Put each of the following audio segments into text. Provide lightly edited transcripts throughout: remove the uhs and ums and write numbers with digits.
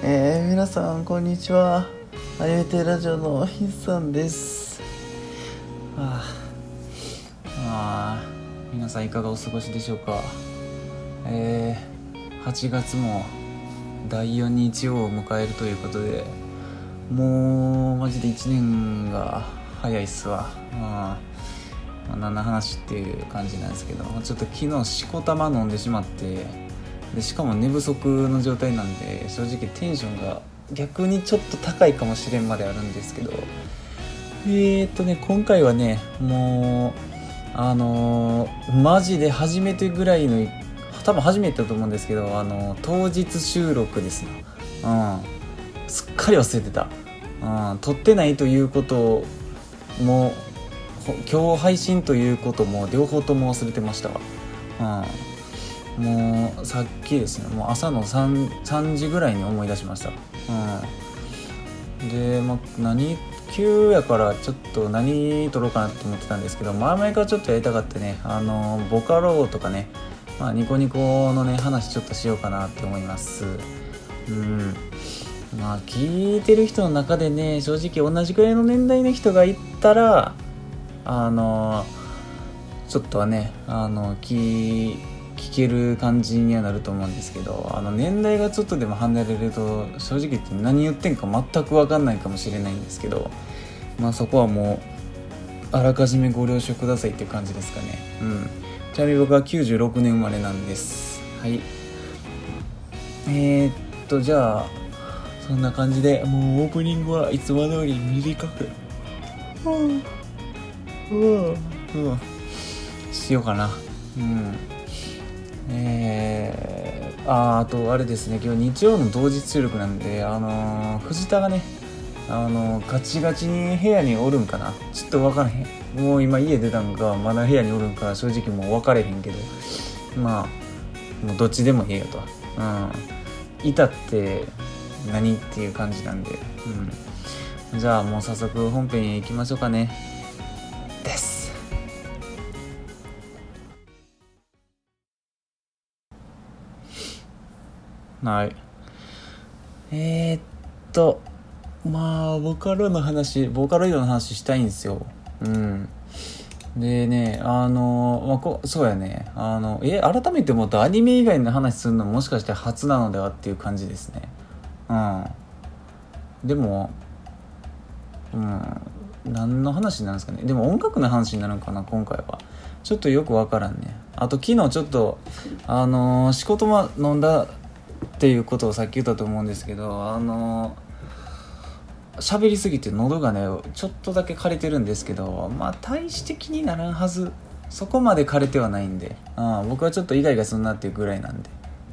皆さんこんにちは。アニメテラジオのヒンさんです。皆さんいかがお過ごしでしょうか。8月も第4日曜を迎えるということで、もうマジで1年が早いっすわ。何の話っていう感じなんですけど、ちょっと昨日しこたま飲んでしまって、でしかも寝不足の状態なんで、正直テンションが逆にちょっと高いかもしれんまであるんですけど、今回はね、もうマジで初めてぐらいの、多分初めてだと思うんですけど、当日収録ですね。すっかり忘れてた。撮ってないということも今日配信ということも両方とも忘れてましたわ。もうさっきですね、もう朝の 3時ぐらいに思い出しました。で、何急やからちょっと何撮ろうかなと思ってたんですけど、前からちょっとやりたかったね、ボカロとかね、ニコニコのね話ちょっとしようかなって思います。聞いてる人の中でね、正直同じくらいの年代の人がいたらちょっとはね聞ける感じにはなると思うんですけど、年代がちょっとでも離れると正直言って何言ってんか全く分かんないかもしれないんですけど、そこはもうあらかじめご了承くださいっていう感じですかね。ちなみに僕は96年生まれなんです。はい。じゃあそんな感じで、もうオープニングはいつも通り短くしようかな。あとあれですね、今日日曜の同日収録なんで、藤田がねガチガチに部屋におるんかな、ちょっと分からへん。もう今家出たんかまだ部屋におるんか正直もう分かれへんけど、もうどっちでもいいよと。いたって何っていう感じなんで、じゃあもう早速本編へ行きましょうかね。です。はい。ボカロイドの話したいんですよ。でね、そうやね、改めて思うとアニメ以外の話するのもしかして初なのではっていう感じですね。でも何の話なんですかね。でも音楽の話になるのかな今回は。ちょっとよくわからんね。あと昨日ちょっと仕事も飲んだっていうことをさっき言ったと思うんですけど、喋りすぎて喉がねちょっとだけ枯れてるんですけど、大して気にならんはず。そこまで枯れてはないんで、僕はちょっとイガイガするなっていうぐらいなんで。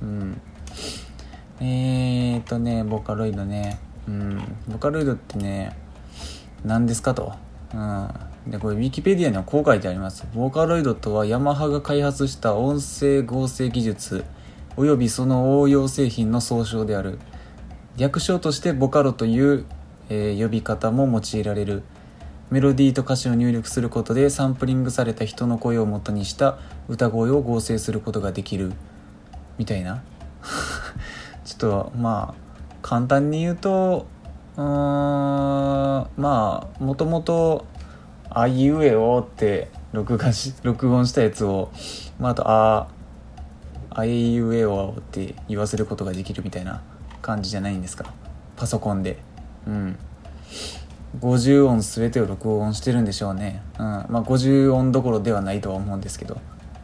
ボカロイドね。ボカロイドってね何ですかと。でこれウィキペディアにはこう書いてあります。ボーカロイドとはヤマハが開発した音声合成技術およびその応用製品の総称である。略称としてボカロという、呼び方も用いられる。メロディーと歌詞を入力することでサンプリングされた人の声を元にした歌声を合成することができるみたいなちょっと簡単に言うと、もともとあいうえおって録音したやつを、あとあいうえおって言わせることができるみたいな感じじゃないんですか、パソコンで。50音すべてを録音してるんでしょうね。50音どころではないとは思うんですけど。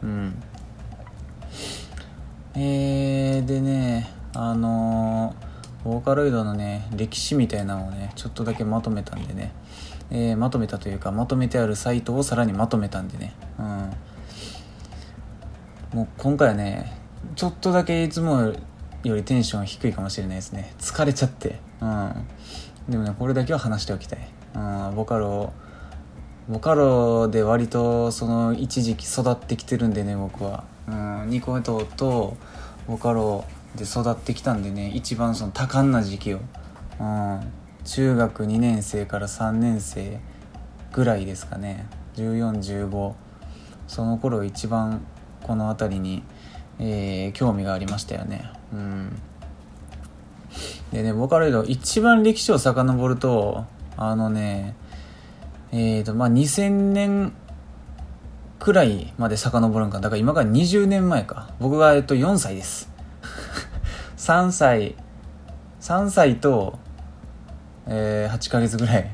でね、ボーカロイドのね歴史みたいなのをねちょっとだけまとめたんでね、まとめたというかまとめてあるサイトをさらにまとめたんでね、もう今回はねちょっとだけいつもよりテンション低いかもしれないですね。疲れちゃって。でもねこれだけは話しておきたい。ボカロで割とその一時期育ってきてるんでね、僕は。ニコメトとボカロで育ってきたんでね、一番その多感な時期を、中学2年生から3年生ぐらいですかね、14、15、その頃一番この辺りに、興味がありましたよね。 でね、ボーカロイド一番歴史を遡ると、2000年くらいまで遡るんか。だから今から20年前か。僕が4歳です。3歳と、8ヶ月ぐらい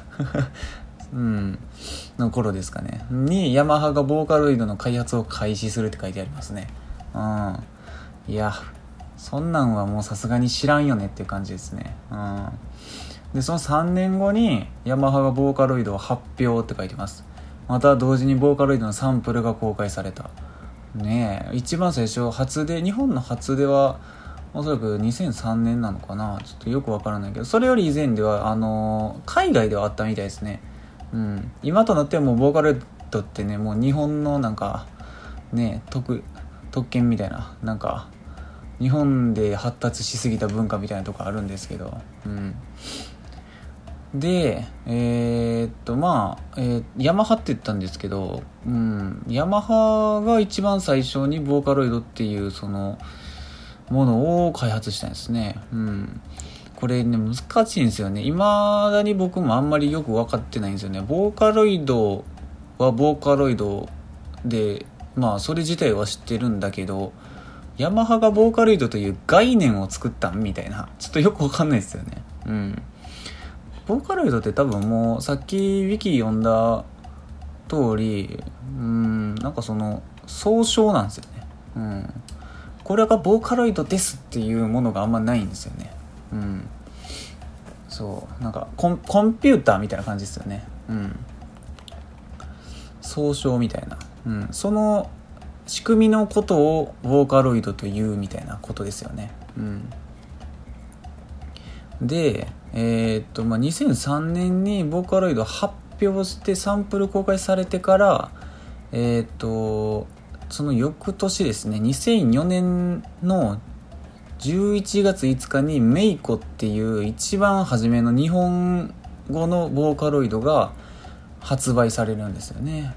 の頃ですかね。に、ヤマハがボーカロイドの開発を開始するって書いてありますね。いや、そんなんはもうさすがに知らんよねっていう感じですね。で、その3年後に、ヤマハがボーカロイドを発表って書いてます。また同時にボーカロイドのサンプルが公開された。ねえ、一番最初、日本の初出は、おそらく2003年なのかな、ちょっとよくわからないけど、それより以前では海外ではあったみたいですね。今となってはもうボーカロイドってね、もう日本のなんかね、特権みたいな、なんか日本で発達しすぎた文化みたいなとこあるんですけど、でヤマハって言ったんですけど、ヤマハが一番最初にボーカロイドっていうそのものを開発したんですね。これね、難しいんですよね。未だに僕もあんまりよく分かってないんですよね。ボーカロイドはボーカロイドで、それ自体は知ってるんだけど、ヤマハがボーカロイドという概念を作ったんみたいな、ちょっとよく分かんないですよね。ボーカロイドって多分もうさっきウィキ読んだ通り、なんかその総称なんですよね。これがボーカロイドですっていうものがあんまないんですよね。そうなんかコンピューターみたいな感じですよね。総称みたいな、その仕組みのことをボーカロイドというみたいなことですよね。で、2003年にボーカロイド発表してサンプル公開されてから、その翌年ですね、2004年の11月5日にメイコっていう一番初めの日本語のボーカロイドが発売されるんですよね。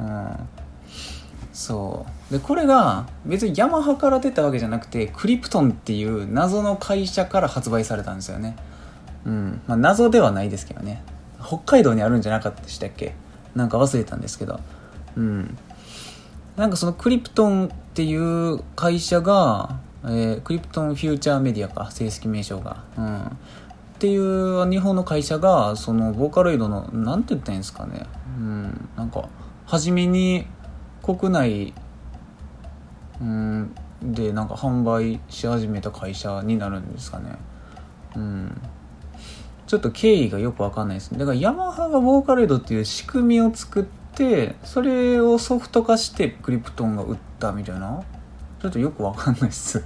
そうで、これが別にヤマハから出たわけじゃなくて、クリプトンっていう謎の会社から発売されたんですよね。謎ではないですけどね。北海道にあるんじゃなかったでしたっけ、なんか忘れたんですけど、なんかそのクリプトンっていう会社が、クリプトンフューチャーメディアか、正式名称が、っていう日本の会社がそのボーカロイドのなんて言ったらいいんですかね、なんか初めに国内、でなんか販売し始めた会社になるんですかね。ちょっと経緯がよくわかんないですね。だからヤマハがボーカロイドっていう仕組みを作って、それをソフト化してクリプトンが売ったみたいな、ちょっとよくわかんないです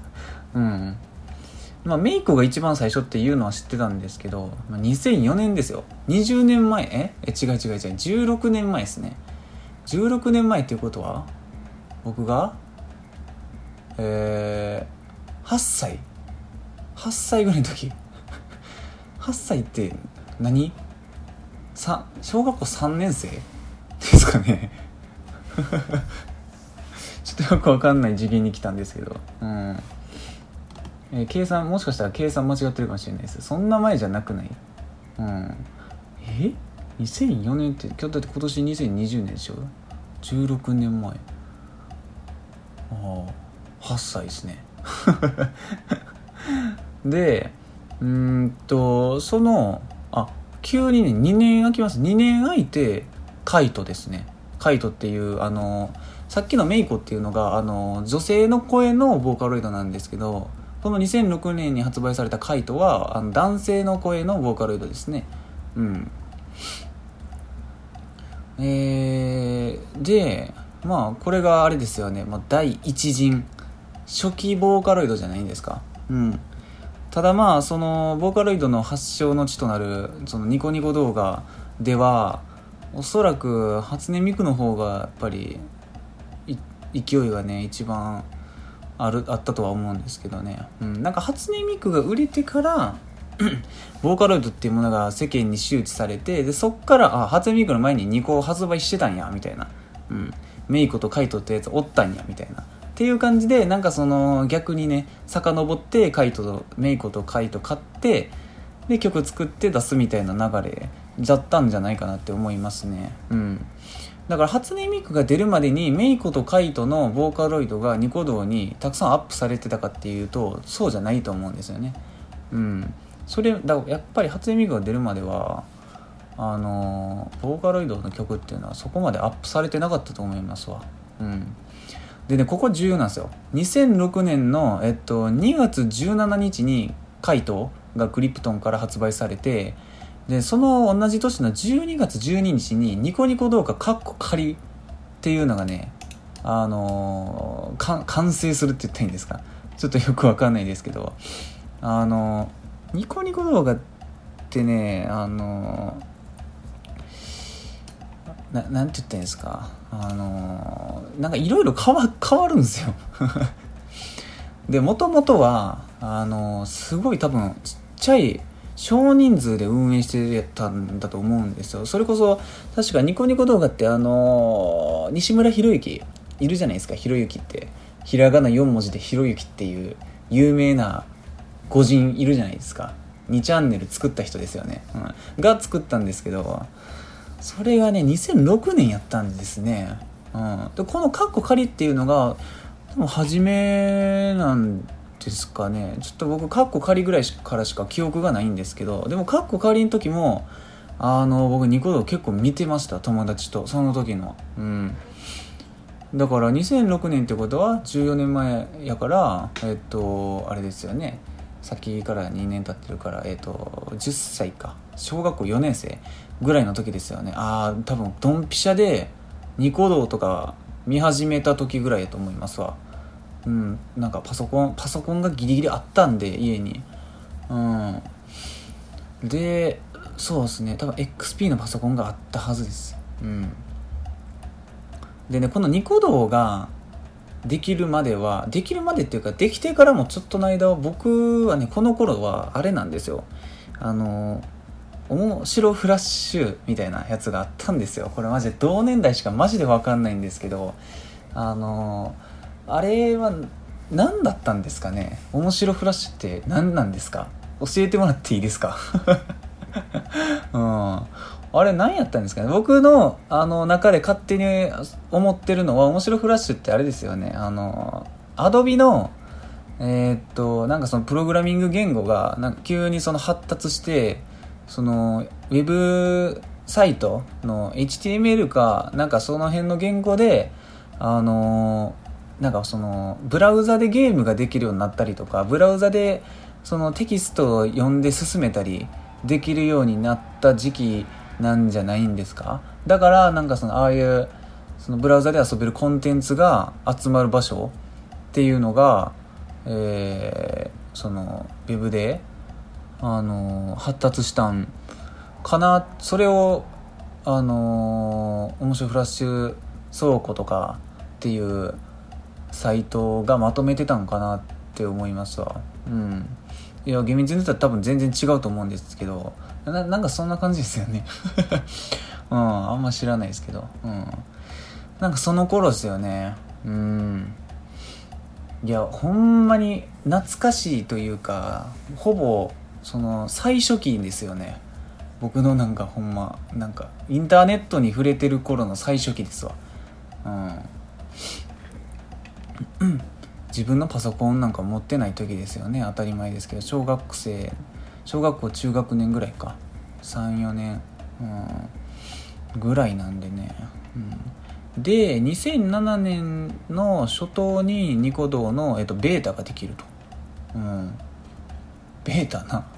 メイコが一番最初っていうのは知ってたんですけど、2004年ですよ。20年前違う16年前ですね。16年前っていうことは僕が8歳ぐらいの時8歳って何？小学校3年生ですかねちょっとよくわかんない次元に来たんですけど、計算、もしかしたら計算間違ってるかもしれないです。そんな前じゃなくない？2004年って今日だって今年2020年でしょ。16年前。8歳ですねで急にね2年空きます。2年空いてカイトですね。カイトっていうさっきのメイコっていうのが女性の声のボーカロイドなんですけど、この2006年に発売されたカイトは男性の声のボーカロイドですね。でこれがあれですよね、第一陣初期ボーカロイドじゃないんですか。ただそのボーカロイドの発祥の地となるそのニコニコ動画ではおそらく初音ミクの方がやっぱり勢いがね一番あったとは思うんですけどね。なんか初音ミクが売れてからボーカロイドっていうものが世間に周知されて、でそっから初音ミクの前に2個発売してたんやみたいな、メイコとカイトってやつおったんやみたいな、 っていう感じで、なんかその逆にね遡ってメイコとカイト買って、で曲作って出すみたいな流れだったんじゃないかなって思いますね。だから初音ミクが出るまでにメイコとカイトのボーカロイドがニコ動にたくさんアップされてたかっていうと、そうじゃないと思うんですよね。それだからやっぱり初音ミクが出るまではボーカロイドの曲っていうのはそこまでアップされてなかったと思いますわ。でね、ここ重要なんですよ。2006年の、2月17日にカイトがクリプトンから発売されて、でその同じ年の12月12日にニコニコ動画仮っていうのがね、完成するって言ったらいいんですか、ちょっとよくわかんないですけど、ニコニコ動画ってね、なんて言ったらいいんですか、なんかいろいろ変わるんですよでもともとはすごい多分ちっちゃい少人数で運営してたんだと思うんですよ。それこそ確かニコニコ動画って西村博之いるじゃないですか。博之ってひらがな4文字で博之っていう有名な語人いるじゃないですか。2チャンネル作った人ですよね、が作ったんですけど、それがね2006年やったんですね。でこのカッコ仮っていうのが多分初めなんですかね。ちょっと僕カッコ仮ぐらいからしか記憶がないんですけど、でもカッコ仮の時も僕ニコ動結構見てました、友達と。その時のだから2006年ってことは14年前やから、あれですよね、先から2年経ってるから、10歳か、小学校4年生ぐらいの時ですよね。多分ドンピシャでニコ動とか見始めた時ぐらいだと思いますわ。なんかパソコンがギリギリあったんで家に。でそうですね、多分 XP のパソコンがあったはずです。でね、このニコ動ができるまでっていうか、できてからもちょっとの間は僕はね、この頃はあれなんですよ、面白フラッシュみたいなやつがあったんですよ。これマジで同年代しかマジで分かんないんですけど、あれは何だったんですかね。面白フラッシュって何なんですか、教えてもらっていいですかあれ何やったんですかね。僕の中で勝手に思ってるのは、面白フラッシュってあれですよね、アドビのなんかそのプログラミング言語がなんか急にその発達して、そのウェブサイトの HTML かなんかその辺の言語でなんかそのブラウザでゲームができるようになったりとか、ブラウザでそのテキストを読んで進めたりできるようになった時期なんじゃないんですか。だからなんかそのああいうそのブラウザで遊べるコンテンツが集まる場所っていうのが、そのウェブで発達したんかな。それを面白フラッシュ倉庫とかっていうサイトがまとめてたんかなって思いますわ。いや厳密に言ったら多分全然違うと思うんですけど、なんかそんな感じですよねあんま知らないですけど、なんかその頃ですよね。いやほんまに懐かしいというか、ほぼその最初期ですよね。僕のなんかほんまなんかインターネットに触れてる頃の最初期ですわ。自分のパソコンなんか持ってない時ですよね。当たり前ですけど、小学校中学年ぐらいか、 3,4 年、ぐらいなんでね。で2007年の初頭にニコ動の、ベータができると。ベータな、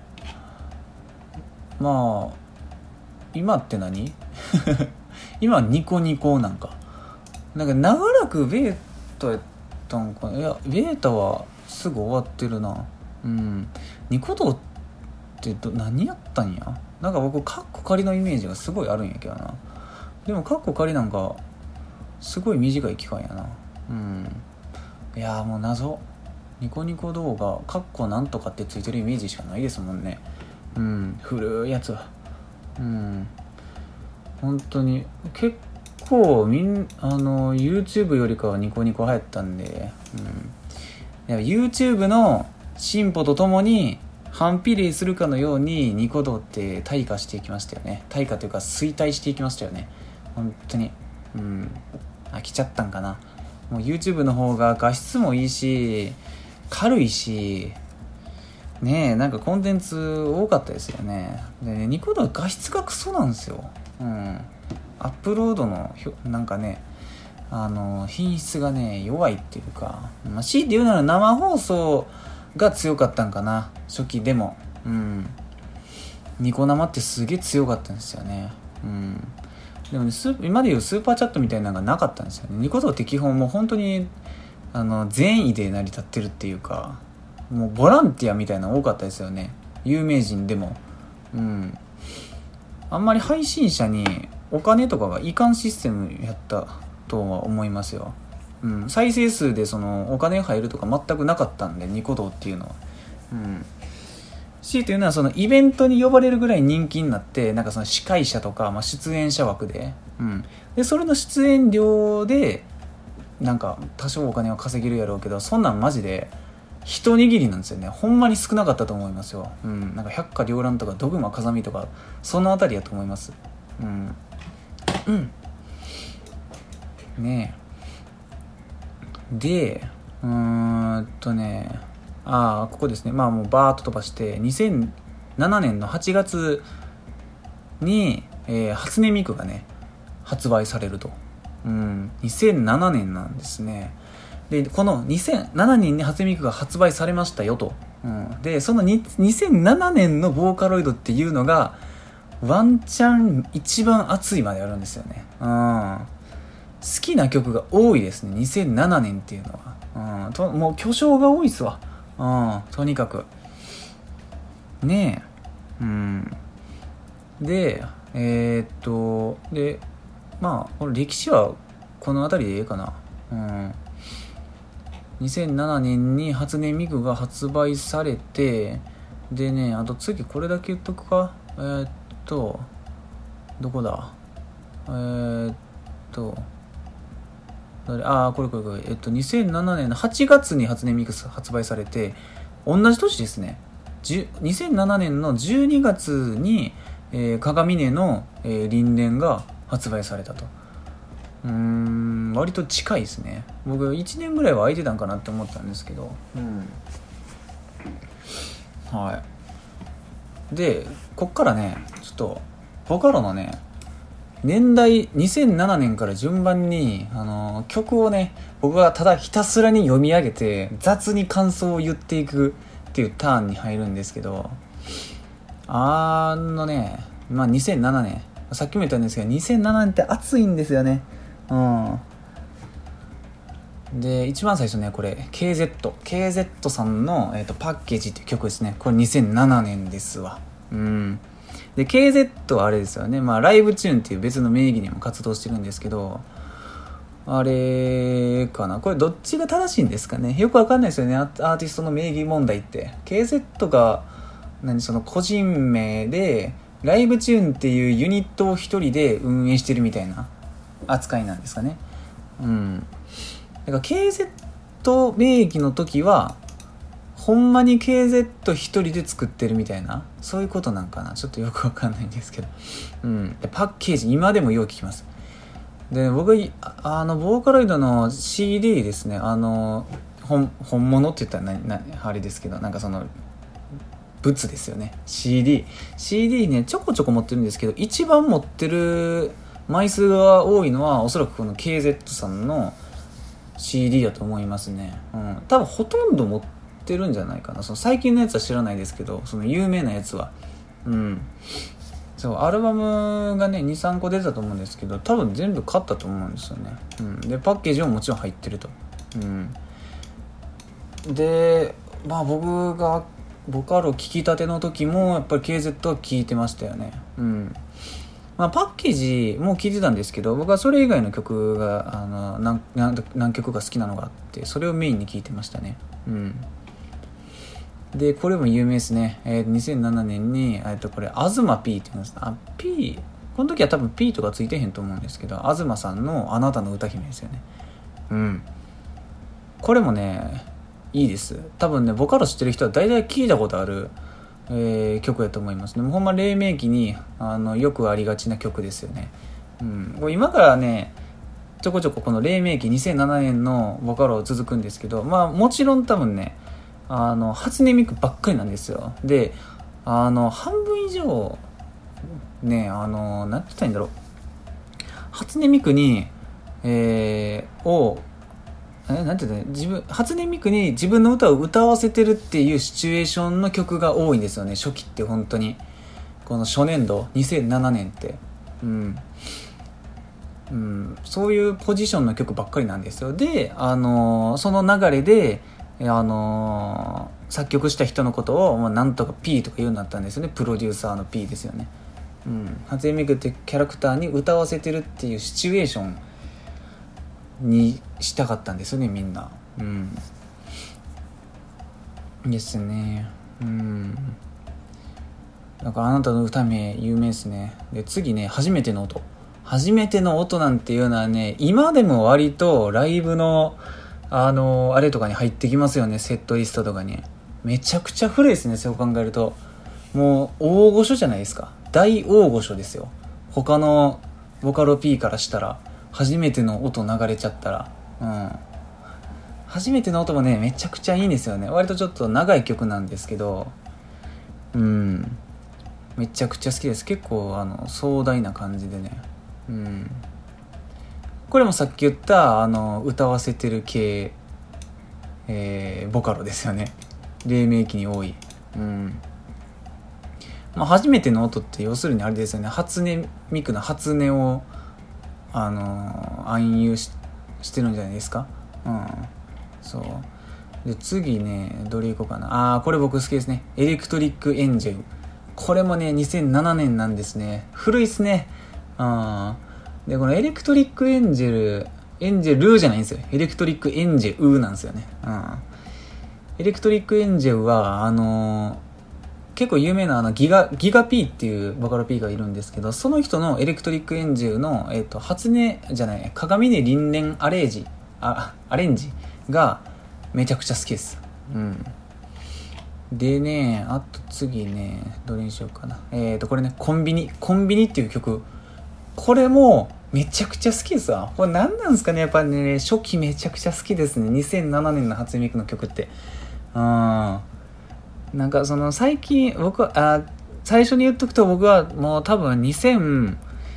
まあ今って何今はニコニコなんか長らくベータやったんかな。いやベータはすぐ終わってるな。ニコ動って何やったんや。なんか僕カッコ仮のイメージがすごいあるんやけどな。でもカッコ仮なんかすごい短い期間やな。いやもう謎。ニコニコ動画カッコなんとかってついてるイメージしかないですもんね。古いやつは。本当に結構YouTube よりかはニコニコ流行ったんで、YouTube の進歩とともに反比例するかのようにニコ動って退化していきましたよね。退化というか衰退していきましたよね。本当に。飽きちゃったんかな。もう YouTube の方が画質もいいし、軽いし、ねえ、なんかコンテンツ多かったですよね。でね、ニコ動は画質がクソなんですよ。アップロードのなんかね、品質がね弱いっていうか、強いて言うなら生放送が強かったんかな、初期でも。ニコ生ってすげえ強かったんですよね。でもね、今でいうスーパーチャットみたいなのがなかったんですよね。ニコ動って基本もう本当に善意で成り立ってるっていうか、もうボランティアみたいなの多かったですよね。有名人でも。あんまり配信者にお金とかがいかんシステムやったとは思いますよ。再生数でそのお金が入るとか全くなかったんで、ニコ動っていうのは。強いて言うのはそのイベントに呼ばれるぐらい人気になって、なんかその司会者とか、出演者枠で、でそれの出演料でなんか多少お金は稼げるやろうけど、そんなんマジで一握りなんですよね。ほんまに少なかったと思いますよ。なんか百花繚乱とかドグマ風見とかそのあたりやと思います。ねえ。でここですね。もうバーッと飛ばして2007年の8月に、初音ミクがね発売されると。2007年なんですね。でこの2007年に初音ミクが発売されましたよと。でその2007年のボーカロイドっていうのがワンチャン一番熱いまであるんですよね。好きな曲が多いですね、2007年っていうのは。もう巨匠が多いっすわ。とにかくねえ。でこれ歴史はこの辺りでいいかな。2007年に初音ミクが発売されて、でね、あと次これだけ言っとくか。どこだ。これ2007年の8月に初音ミク発売されて、同じ年ですね。2007年の12月に、鏡音の、輪廻が発売されたと。割と近いですね。僕1年ぐらいは空いてたんかなって思ったんですけど。でこっからね、ちょっとボカロのね年代2007年から順番に曲をね、僕がただひたすらに読み上げて雑に感想を言っていくっていうターンに入るんですけど、2007年、さっきも言ったんですけど2007年って熱いんですよね。で一番最初ね、これ KZ さんの、パッケージっていう曲ですね。これ2007年ですわ。で KZ はあれですよね、ライブチューンっていう別の名義にも活動してるんですけど、あれかな、これどっちが正しいんですかね。よくわかんないですよね、アーティストの名義問題って。 KZ がその個人名でライブチューンっていうユニットを一人で運営してるみたいな扱いなんですかね。だから KZ 名義の時はほんまに KZ 一人で作ってるみたいな、そういうことなんかな。ちょっとよくわかんないんですけど、パッケージ今でもよく聞きます。で僕ボーカロイドの CD ですね、本物って言ったらあれですけど、なんかその物ですよね。 CD ね、ちょこちょこ持ってるんですけど、一番持ってる枚数が多いのはおそらくこの KZ さんの CD だと思いますね。多分ほとんど持ってるんじゃないかな。その最近のやつは知らないですけど、その有名なやつはそうアルバムがね 2,3 個出たと思うんですけど、多分全部買ったと思うんですよね。でパッケージももちろん入ってると。で僕がボカロ聴きたての時もやっぱり KZ は聴いてましたよね。パッケージも聴いてたんですけど、僕はそれ以外の曲が何曲か好きなのがあって、それをメインに聴いてましたね。でこれも有名ですね。2007年にこれ東 P って言うんです。ここの時は多分 P とかついてへんと思うんですけど、東さんのあなたの歌姫ですよね。これもねいいです。多分ねボカロ知ってる人は大体聞いたことある、曲やと思いますね。もうほんま黎明期によくありがちな曲ですよね。今からねちょこちょここの黎明期2007年のボカロ続くんですけど、もちろん多分ね初音ミクばっかりなんですよ。で半分以上ねなんて言ったらいいんだろう、初音ミクになんていうの、初音ミクに自分の歌を歌わせてるっていうシチュエーションの曲が多いんですよね、初期って。本当にこの初年度2007年ってそういうポジションの曲ばっかりなんですよ。でその流れで作曲した人のことをなんとか P とか言うようになったんですよね。プロデューサーの P ですよね。初音ミクってキャラクターに歌わせてるっていうシチュエーションにしたかったんですよね、みんな。ですね。なんかあなたの歌名有名ですね。で次ね、初めての音なんていうのはね、今でも割とライブのあれとかに入ってきますよね、セットリストとかに。めちゃくちゃ古いですね、そう考えると。もう大御所じゃないですか。大大御所ですよ。他のボカロ P からしたら初めての音流れちゃったら、初めての音もねめちゃくちゃいいんですよね。割とちょっと長い曲なんですけど、めちゃくちゃ好きです。結構壮大な感じでね。これもさっき言った歌わせてる系、ボカロですよね。黎明期に多い。初めての音って要するにあれですよね。初音ミクの初音を暗喩してるんじゃないですか。そうで次ね、どれいこうかな。これ僕好きですね。エレクトリックエンジェル。これもね2007年なんですね。古いっすね。でこのエレクトリックエンジェルじゃないんですよ。エレクトリックエンジェルなんですよね。エレクトリックエンジェルは結構有名なギガ P っていうボカロ P がいるんですけど、その人のエレクトリックエンジェルの、初音じゃない鏡音輪廻アレンジがめちゃくちゃ好きです。でね、あと次ね、どれにしようかな。これね、コンビニっていう曲。これもめちゃくちゃ好きですわ。これ何なんですかね、やっぱりね、初期めちゃくちゃ好きですね。2007年の初音ミクの曲って。なんかその最近僕は最初に言っとくと、僕はもう多分2010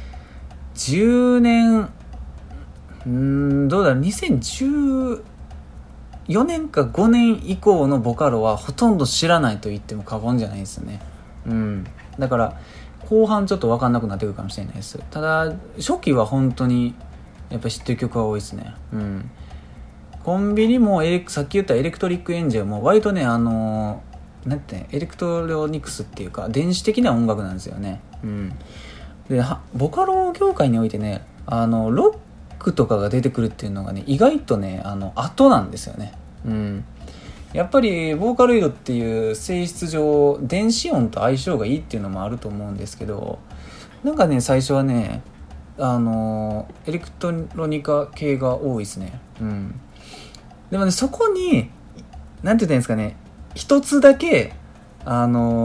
年どうだろう、2014年か5年以降のボカロはほとんど知らないと言っても過言じゃないですよね。だから後半ちょっと分かんなくなってくるかもしれないです。ただ初期は本当にやっぱ知ってる曲が多いですね。コンビニもさっき言ったエレクトリックエンジェルも割とねなんてエレクトロニクスっていうか電子的な音楽なんですよね。でボカロ業界においてねロックとかが出てくるっていうのがね意外とね後なんですよね。やっぱりボーカロイドっていう性質上電子音と相性がいいっていうのもあると思うんですけど、なんかね最初はねエレクトロニカ系が多いですね。でもねそこになんて言ったらいいんですかね、一つだけ立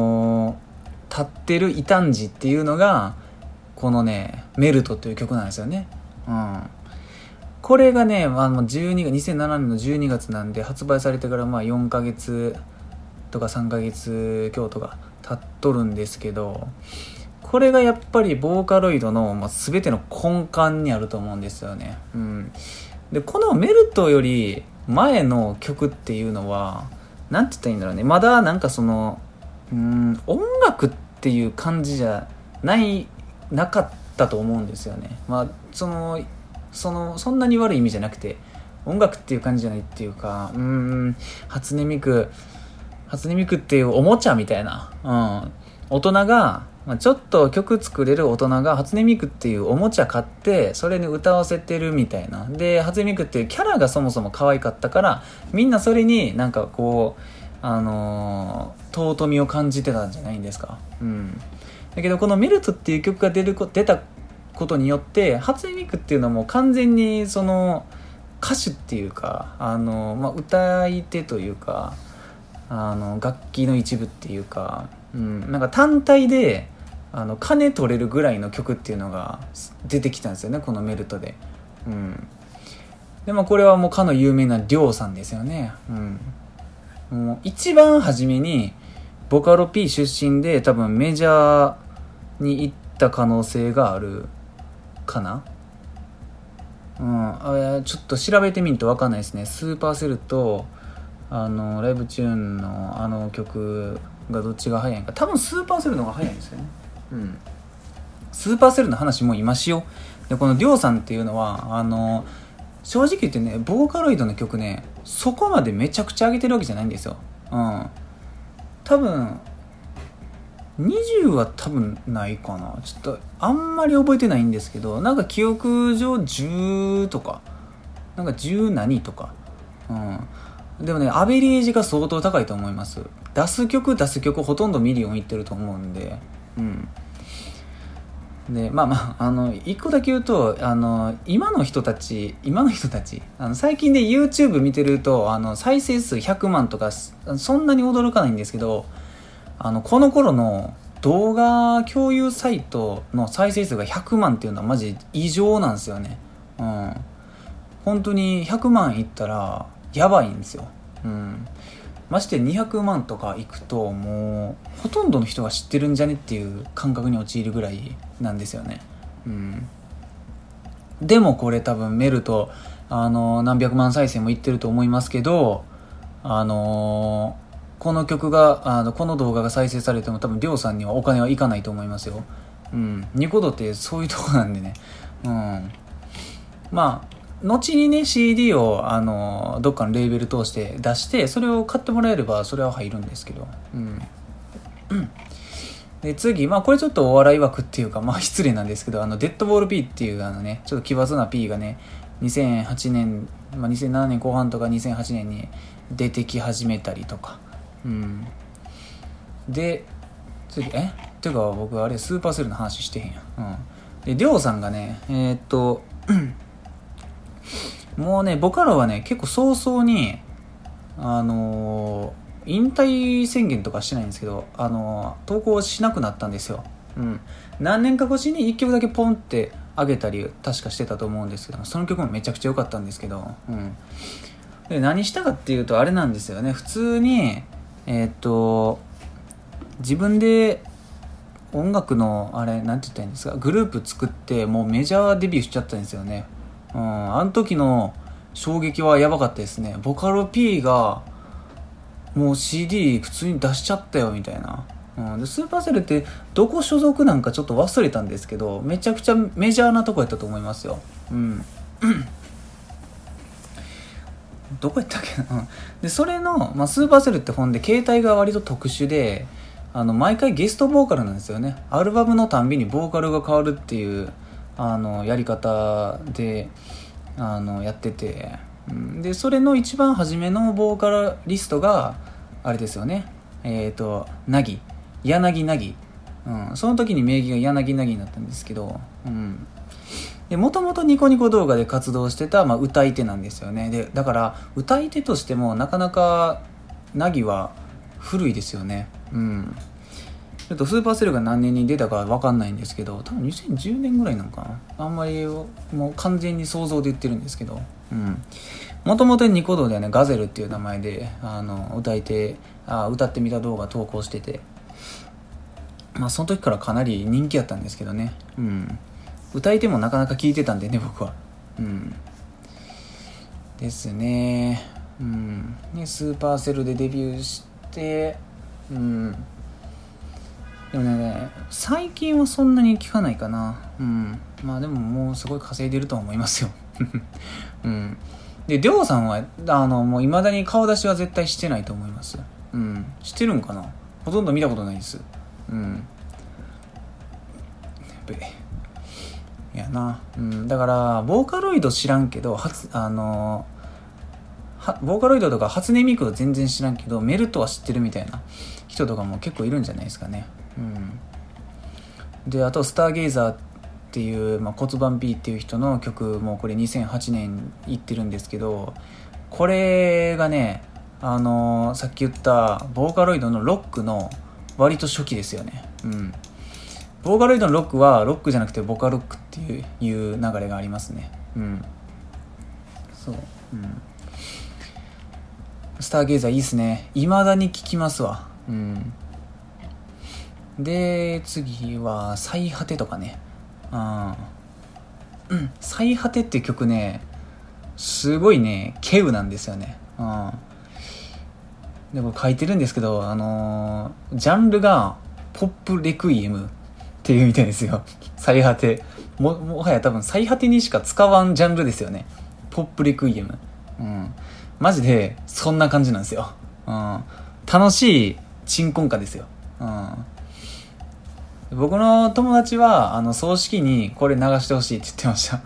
ってる異端児っていうのがこのねメルトっていう曲なんですよね。これがね2007年の12月なんで発売されてから4ヶ月とか3ヶ月強とか経っとるんですけど、これがやっぱりボーカロイドの全ての根幹にあると思うんですよね。でこのメルトより前の曲っていうのはなんて言ったらいいんだろうね、まだなんかその音楽っていう感じじゃなかったと思うんですよね。そんなに悪い意味じゃなくて音楽っていう感じじゃないっていうか、初音ミクっていうおもちゃみたいな、大人がちょっと曲作れる大人が初音ミクっていうおもちゃ買ってそれに歌わせてるみたいな。で初音ミクっていうキャラがそもそも可愛かったからみんなそれになんかこう尊みを感じてたんじゃないんですか。 だけどこのメルトっていう曲が出たことによって初音ミクっていうのはもう完全にその歌手っていうか歌い手というか楽器の一部っていうか、なんか単体で金取れるぐらいの曲っていうのが出てきたんですよね、このメルトで。でこれはもうかの有名なりょうさんですよね。もう一番初めにボカロ P 出身で多分メジャーに行った可能性があるかな。ちょっと調べてみると分かんないですね。スーパーセルとライブチューンの曲がどっちが早いんか。多分スーパーセルの方が早いんですよね。スーパーセルの話も今しよう。でこのりょうさんっていうのは正直言ってね、ボーカロイドの曲ねそこまでめちゃくちゃ上げてるわけじゃないんですよ。多分20は多分ないかな。ちょっとあんまり覚えてないんですけど、なんか記憶上10とかなんか10何とか。でもねアベレージが相当高いと思います。出す曲ほとんどミリオンいってると思うんで。で一個だけ言うと今の人たち最近で YouTube 見てると再生数100万とかそんなに驚かないんですけど、この頃の動画共有サイトの再生数が100万っていうのはマジ異常なんですよね。本当に100万いったらやばいんですよ。まして200万とかいくともうほとんどの人が知ってるんじゃねっていう感覚に陥るぐらいなんですよね。でもこれ多分メルと何百万再生もいってると思いますけど、この曲がこの動画が再生されても多分りょうさんにはお金はいかないと思いますよ。ニコ動ってそういうとこなんでね。後にね CD をどっかのレーベル通して出してそれを買ってもらえればそれは入るんですけど。で次これちょっとお笑い枠っていうか失礼なんですけどデッドボール P っていうちょっと奇抜な P がね2008年、2007年後半とか2008年に出てき始めたりとか。で次っていうか僕あれスーパーセルの話してへんやん。でりょうさんがねもうねボカロはね結構早々に引退宣言とかしてないんですけど投稿しなくなったんですよ。何年か越しに1曲だけポンって上げたり確かしてたと思うんですけど、その曲もめちゃくちゃ良かったんですけど、で何したかっていうとあれなんですよね。普通に自分で音楽のなんて言ったらいいんですか、グループ作ってもうメジャーデビューしちゃったんですよね。あの時の衝撃はやばかったですね。ボカロ P がもう CD 普通に出しちゃったよみたいな。でスーパーセルってどこ所属なんかちょっと忘れたんですけどめちゃくちゃメジャーなとこやったと思いますよ。どこやったっけな。でそれの、スーパーセルって本で携帯が割と特殊で毎回ゲストボーカルなんですよね。アルバムのたんびにボーカルが変わるっていうやり方でやってて、でそれの一番初めのボーカリストがあれですよね。柳なぎ、その時に名義が柳なぎになったんですけど、もともとニコニコ動画で活動してた、歌い手なんですよね。でだから歌い手としてもなかなかなぎは古いですよね。ちょっとスーパーセルが何年に出たか分かんないんですけど多分2010年ぐらいなのかな。あんまりもう完全に想像で言ってるんですけど、もともとニコ動ではねガゼルっていう名前で歌ってみた動画投稿してて、その時からかなり人気やったんですけどね。歌い手もなかなか聴いてたんでね僕は。ですね。でスーパーセルでデビューしてでもね最近はそんなに聞かないかな。でももうすごい稼いでると思いますよ。でりょうさんはもう未だに顔出しは絶対してないと思います。してるんかな。ほとんど見たことないです。いやな。だからボーカロイド知らんけどボーカロイドとか初音ミクは全然知らんけどメルトは知ってるみたいな人とかも結構いるんじゃないですかね。 であとスターゲイザーっていう、骨盤 P っていう人の曲もこれ2008年いってるんですけど、これがねさっき言ったボーカロイドのロックの割と初期ですよね。ボーカロイドのロックはロックじゃなくてボカロックっていう流れがありますね。そう、スターゲイザーいいっすね。未だに聴きますわ。で次は最果てとかね。最果てっていう曲ね、すごいね稀有なんですよね。でこれ書いてるんですけど、ジャンルがポップレクイエムっていうみたいですよ。最果て もはや多分最果てにしか使わんジャンルですよね、ポップレクイエム。マジでそんな感じなんですよ。楽しい鎮魂歌ですよ。僕の友達は葬式にこれ流してほしいって言ってました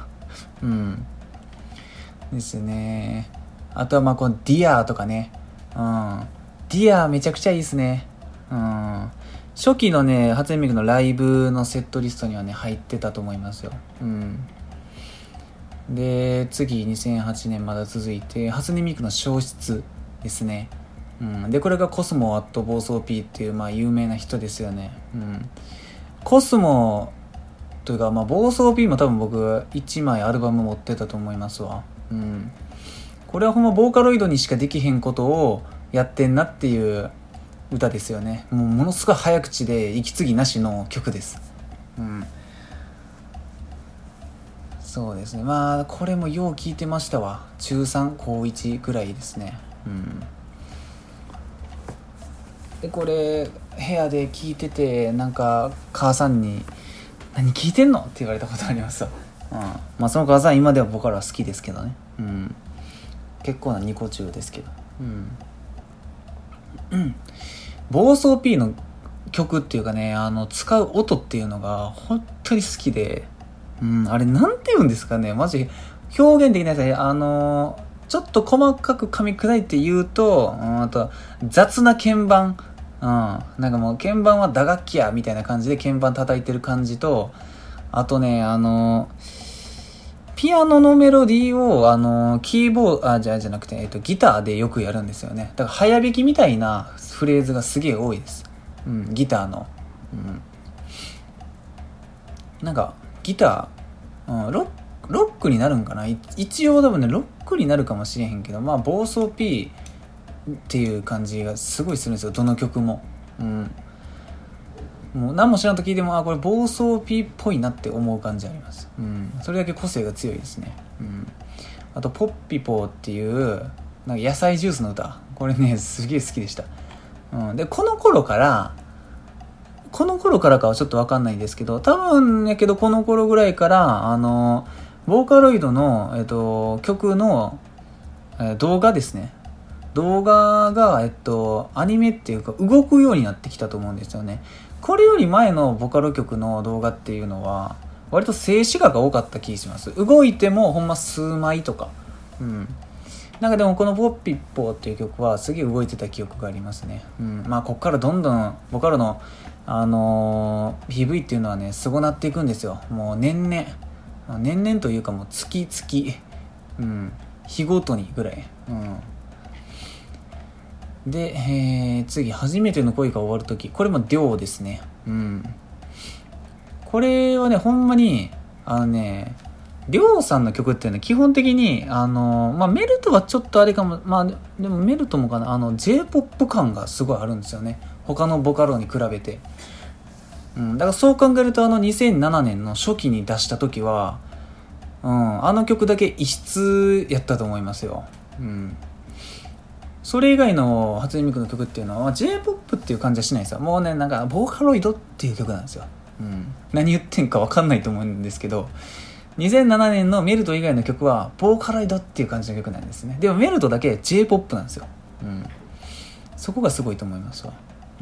ですね。あとはこのディアとかね。ディアめちゃくちゃいいですね。初期のね初音ミクのライブのセットリストにはね入ってたと思いますよ。で次2008年まだ続いて初音ミクの消失ですね。でこれがコスモアット暴走 P っていう有名な人ですよね。コスモというか暴走 P も多分僕1枚アルバム持ってたと思いますわ。これはほんまボーカロイドにしかできへんことをやってんなっていう歌ですよね。ものすごい早口で息継ぎなしの曲です。そうですね。これもよう聞いてましたわ。中3高1ぐらいですね。でこれ部屋で聞いててなんか母さんに何聞いてんのって言われたことありますわ。その母さん今では僕らは好きですけどね。結構なニコ中ですけど。暴走 P の曲っていうかね、使う音っていうのが本当に好きで、あれなんて言うんですかね、マジ表現できないですね。ちょっと細かく噛み砕いて言うと、あと雑な鍵盤、なんかもう鍵盤は打楽器やみたいな感じで鍵盤叩いてる感じと、あとねピアノのメロディーをキーボードじゃなくて、ギターでよくやるんですよね。だから早弾きみたいなフレーズがすげえ多いです。ギターの、なんかギター、ロックになるんかな。一応多分ねロックになるかもしれへんけど、暴走 P っていう感じがすごいするんですよ、どの曲も。もう何も知らんと聞いてもこれ暴走 P っぽいなって思う感じあります。それだけ個性が強いですね。あとポッピポーっていうなんか野菜ジュースの歌、これねすげえ好きでした。でこの頃からかはちょっと分かんないんですけど、多分やけどこの頃ぐらいからボーカロイドの、曲の、動画ですね。動画が、アニメっていうか動くようになってきたと思うんですよね。これより前のボカロ曲の動画っていうのは割と静止画が多かった気がします。動いてもほんま数枚とか。なんかでもこのポッピッポーっていう曲はすげえ動いてた記憶がありますね。こっからどんどんボカロのPV っていうのはねすごなっていくんですよ。もう年々というかもう月々、日ごとにぐらい。で、次初めての恋が終わるとき、これもデュオですね。これはねほんまにりょうさんの曲っていうのは基本的にメルトはちょっとあれかも、でもメルトもかな、J-POP 感がすごいあるんですよね、他のボカロに比べて。だからそう考えると2007年の初期に出した時は、あの曲だけ異質やったと思いますよ。それ以外の初音ミクの曲っていうのは J-POP っていう感じはしないですよ。もうねなんかボーカロイドっていう曲なんですよ。何言ってんか分かんないと思うんですけど、2007年のメルト以外の曲はボーカロイドっていう感じの曲なんですね。でもメルトだけ J-POP なんですよ。そこがすごいと思いますわ。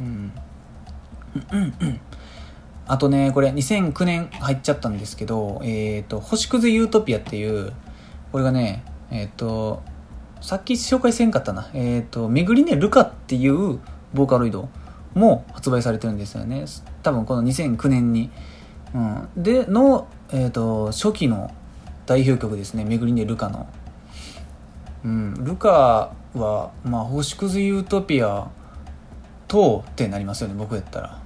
あとねこれ2009年入っちゃったんですけど、星屑ユートピアっていうこれがねさっき紹介せんかったな、めぐりねルカっていうボーカロイドも発売されてるんですよね。多分この2009年にでの、初期の代表曲ですね。めぐりねルカの。ルカは、星屑ユートピアとってなりますよね、僕やったら。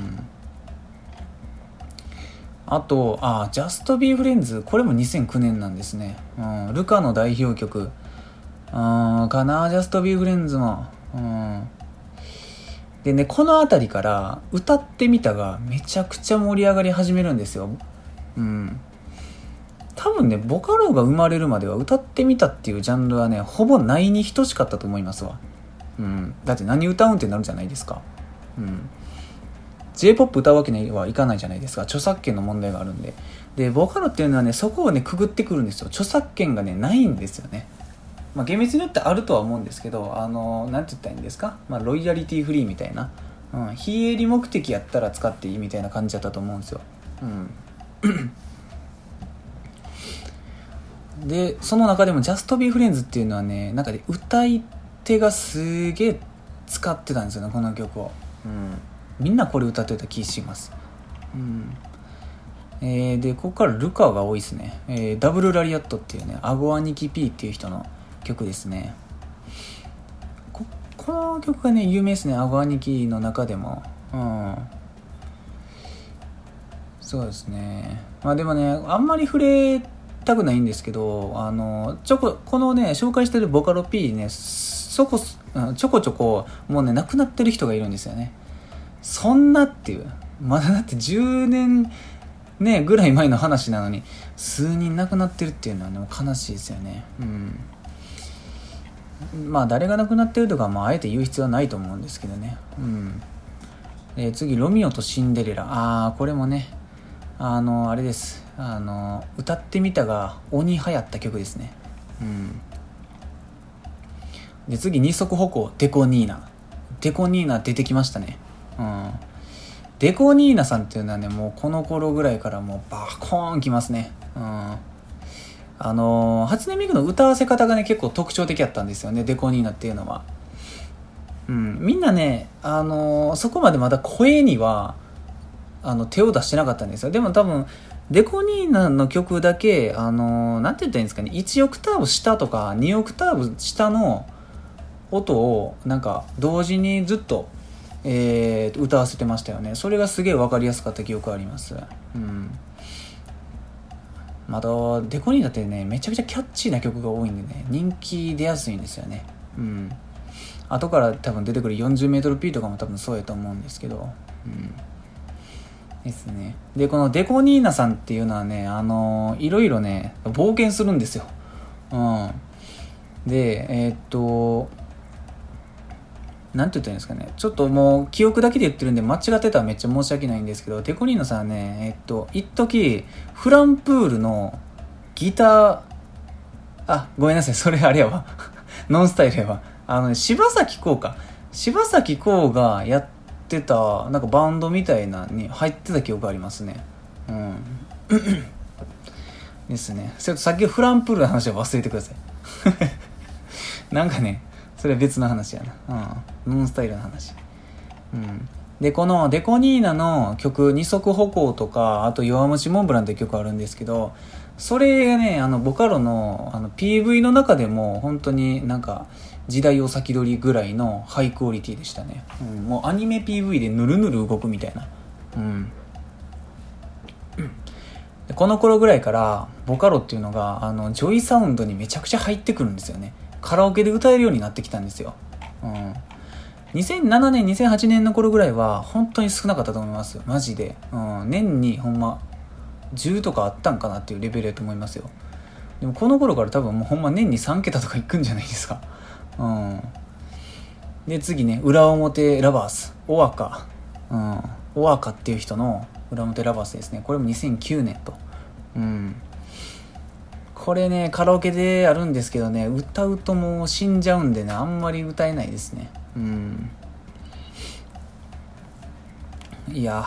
あと、ジャストビーフレンズ、これも2009年なんですね。ルカの代表曲。かな、ジャストビーフレンズも。でね、このあたりから歌ってみたがめちゃくちゃ盛り上がり始めるんですよ。多分ね、ボカロが生まれるまでは歌ってみたっていうジャンルはね、ほぼないに等しかったと思いますわ。だって何歌うんってなるじゃないですか。J-POP 歌うわけにはいかないじゃないですか。著作権の問題があるんで。で、ボカロっていうのはね、そこをね、くぐってくるんですよ。著作権がね、ないんですよね。厳密によってあるとは思うんですけど、なんて言ったらいいんですか、ロイヤリティフリーみたいな、非営利目的やったら使っていいみたいな感じだったと思うんですよ。で、その中でもジャストビーフレンズっていうのはね、なんかで歌い手がすげえ使ってたんですよね、この曲を。みんなこれ歌ってた気します。で、ここからルカが多いですね。ダブルラリアットっていうね、アゴアニキ P っていう人の曲ですね。この曲がね、有名ですね、アゴアニキの中でも。そうですね。でもね、あんまり触れたくないんですけど、このね、紹介してるボカロ P ね、ちょこちょこもうね、亡くなってる人がいるんですよね。そんなっていう、まだだって10年ねぐらい前の話なのに数人亡くなってるっていうのはね、悲しいですよね。誰が亡くなってるとか、あえて言う必要はないと思うんですけどね。次、ロミオとシンデレラ。これもね、あれです。歌ってみたが鬼流行った曲ですね。で、次、二足歩行、デコニーナ。デコニーナ出てきましたね。デコニーナさんっていうのはね、もうこの頃ぐらいからもうバコーンきますね。初音ミクの歌わせ方がね、結構特徴的だったんですよね、デコニーナっていうのは。みんなね、そこまでまだ声には手を出してなかったんですよ。でも多分デコニーナの曲だけなんて言ったらいいんですかね、1オクターブ下とか2オクターブ下の音をなんか同時にずっと歌わせてましたよね。それがすげえ分かりやすかった記憶あります。またデコニーナってね、めちゃくちゃキャッチーな曲が多いんでね、人気出やすいんですよね。後から多分出てくる 40m P とかも多分そうやと思うんですけど、ですね。で、このデコニーナさんっていうのはね、いろいろね冒険するんですよ。で、なんて言ったらいいんですかね、ちょっともう記憶だけで言ってるんで間違ってたらめっちゃ申し訳ないんですけど、デコニーナさんはね、一時フランプールのギター、ごめんなさい、それあれやわノンスタイルやわ。柴咲コウがやってたなんかバンドみたいなに入ってた記憶ありますね。ですね。それとさっきフランプールの話は忘れてくださいなんかね、それは別の話やな。ノンスタイルの話。で、このデコニーナの曲、二足歩行とか、あと弱虫モンブランって曲あるんですけど、それがね、ボカロのPV の中でも本当になんか時代を先取りぐらいのハイクオリティでしたね。もうアニメ PV でぬるぬる動くみたいな。でこの頃ぐらいからボカロっていうのがジョイサウンドにめちゃくちゃ入ってくるんですよね。カラオケで歌えるようになってきたんですよ。2007年2008年の頃ぐらいは本当に少なかったと思いますよ、マジで。年にほんま10とかあったんかなっていうレベルだと思いますよ。でもこの頃から多分もうほんま年に3桁とかいくんじゃないですか。で次ね、裏表ラバースオアカ、オアカっていう人の裏表ラバースですね。これも2009年と。これね、カラオケであるんですけどね、歌うともう死んじゃうんでね、あんまり歌えないですね。いや、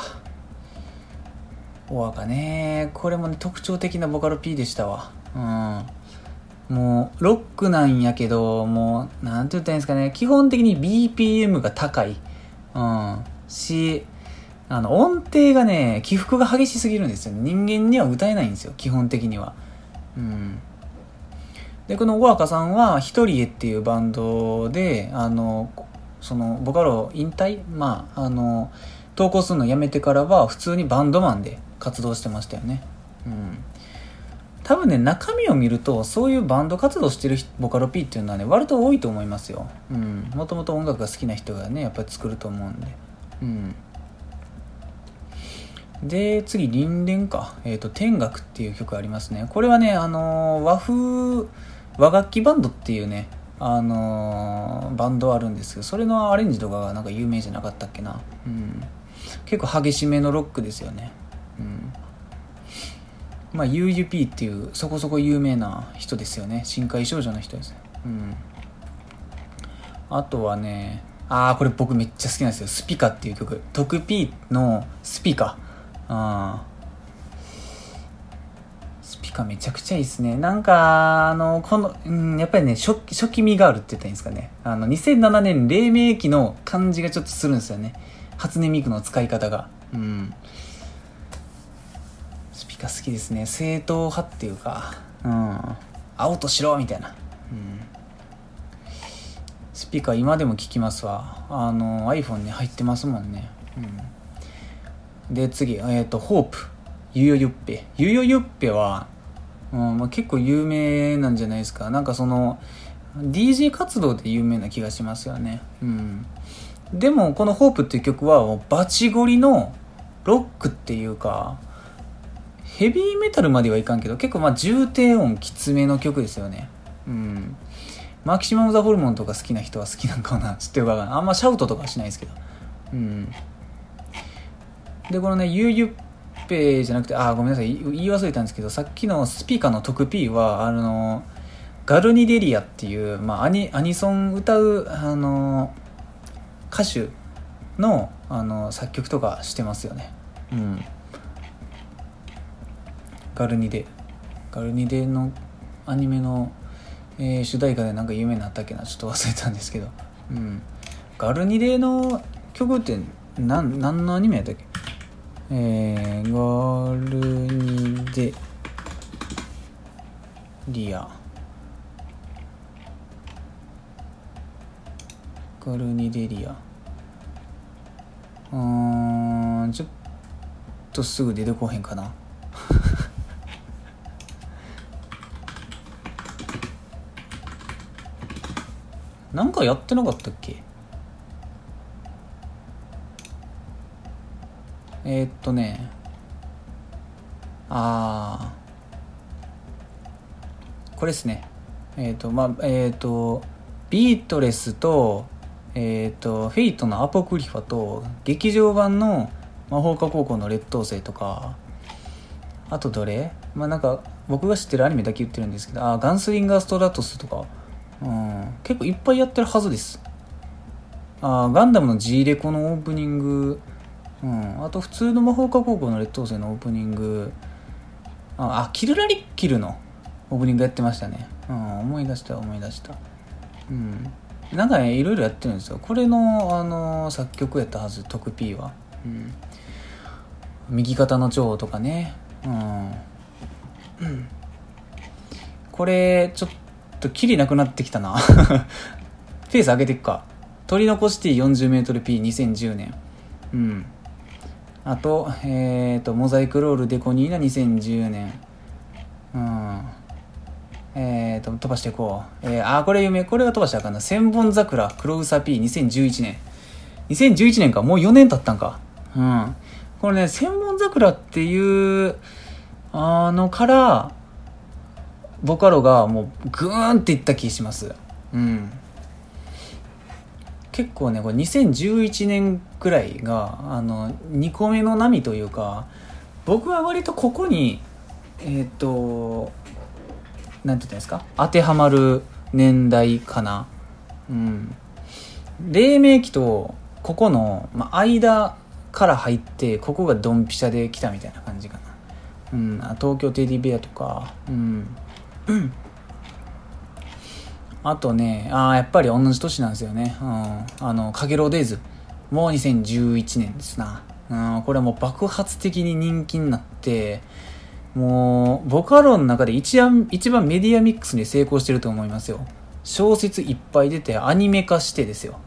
オアカね、これもね特徴的なボカロ P でしたわ。もうロックなんやけど、もうなんて言ったらいいんですかね、基本的に BPM が高いし、 音程がね、起伏が激しすぎるんですよ。人間には歌えないんですよ、基本的には。で、この小赤さんは、一人へっていうバンドで、その、ボカロ引退投稿するのやめてからは、普通にバンドマンで活動してましたよね。多分ね、中身を見ると、そういうバンド活動してるボカロ P っていうのはね、割と多いと思いますよ。もともと音楽が好きな人がね、やっぱり作ると思うんで。で、次、輪廻か。天楽っていう曲ありますね。これはね、和楽器バンドっていうね、バンドあるんですけど、それのアレンジとかがなんか有名じゃなかったっけな。結構激しめのロックですよね。UUP っていうそこそこ有名な人ですよね。深海少女の人ですね。あとはね、これ僕めっちゃ好きなんですよ。スピカっていう曲。トクピーのスピカ。スピカめちゃくちゃいいですね。なんか、やっぱりね、初期味があるって言ったらいいんですかね。2007年黎明期の感じがちょっとするんですよね。初音ミクの使い方が。スピカ好きですね。正統派っていうか、青と白みたいな。スピカ今でも聞きますわ。iPhone に入ってますもんね。で、次、ホープ。ゆよゆっぺ。ゆよゆっぺは、結構有名なんじゃないですか。なんかその、DJ 活動で有名な気がしますよね。でも、このホープっていう曲は、もうバチゴリのロックっていうか、ヘビーメタルまではいかんけど、結構重低音きつめの曲ですよね。マキシマム・ザ・ホルモンとか好きな人は好きなんかな、ちょっとよくわかんない。あんまシャウトとかはしないですけど。で、このね、ゆうゆっぺじゃなくて、ごめんなさい、言い忘れたんですけど、さっきのスピカのトクピーは、ガルニデリアっていう、アニソン歌う、歌手の、作曲とかしてますよね。ガルニデのアニメの、主題歌でなんか有名になったっけな、ちょっと忘れたんですけど。ガルニデの曲って何のアニメやったっけ。ガルニデリア。ガルニデリア。ちょっとすぐ出てこへんかな。なんかやってなかったっけ。これですね。ビートレスと、フェイトのアポクリファと、劇場版の魔法科高校の劣等生とか、あとどれ？なんか、僕が知ってるアニメだけ言ってるんですけど、ガンスリンガーストラトスとか、結構いっぱいやってるはずです。ガンダムの G レコのオープニング、あと普通の魔法科高校の劣等生のオープニング、キルラリッキルのオープニングやってましたね。思い出した。なんかね、いろいろやってるんですよ。これの、作曲やったはず、トクピーは。右肩の蝶とかね。これ、ちょっとキリなくなってきたな。ペース上げていくか。取り残し T40m P2010 年。あと、モザイクロールデコニーナ2010年。飛ばしていこう。これ有名。これは飛ばしたらあかんな。千本桜、黒うさ P2011 年。2011年か。もう4年経ったんか。これね、千本桜っていう、から、ボカロがもうグーンっていった気します。結構ね、これ2011年くらいが、2個目の波というか、僕は割とここに、なんて言ったんですか、当てはまる年代かな。黎明期とここの、間から入って、ここがドンピシャで来たみたいな感じかな。東京テディベアとか、あとね、やっぱり同じ年なんですよね。かげろうデイズもう2011年ですな。 これはもう爆発的に人気になって、もうボカロの中で一番メディアミックスに成功してると思いますよ。小説いっぱい出てアニメ化してですよ。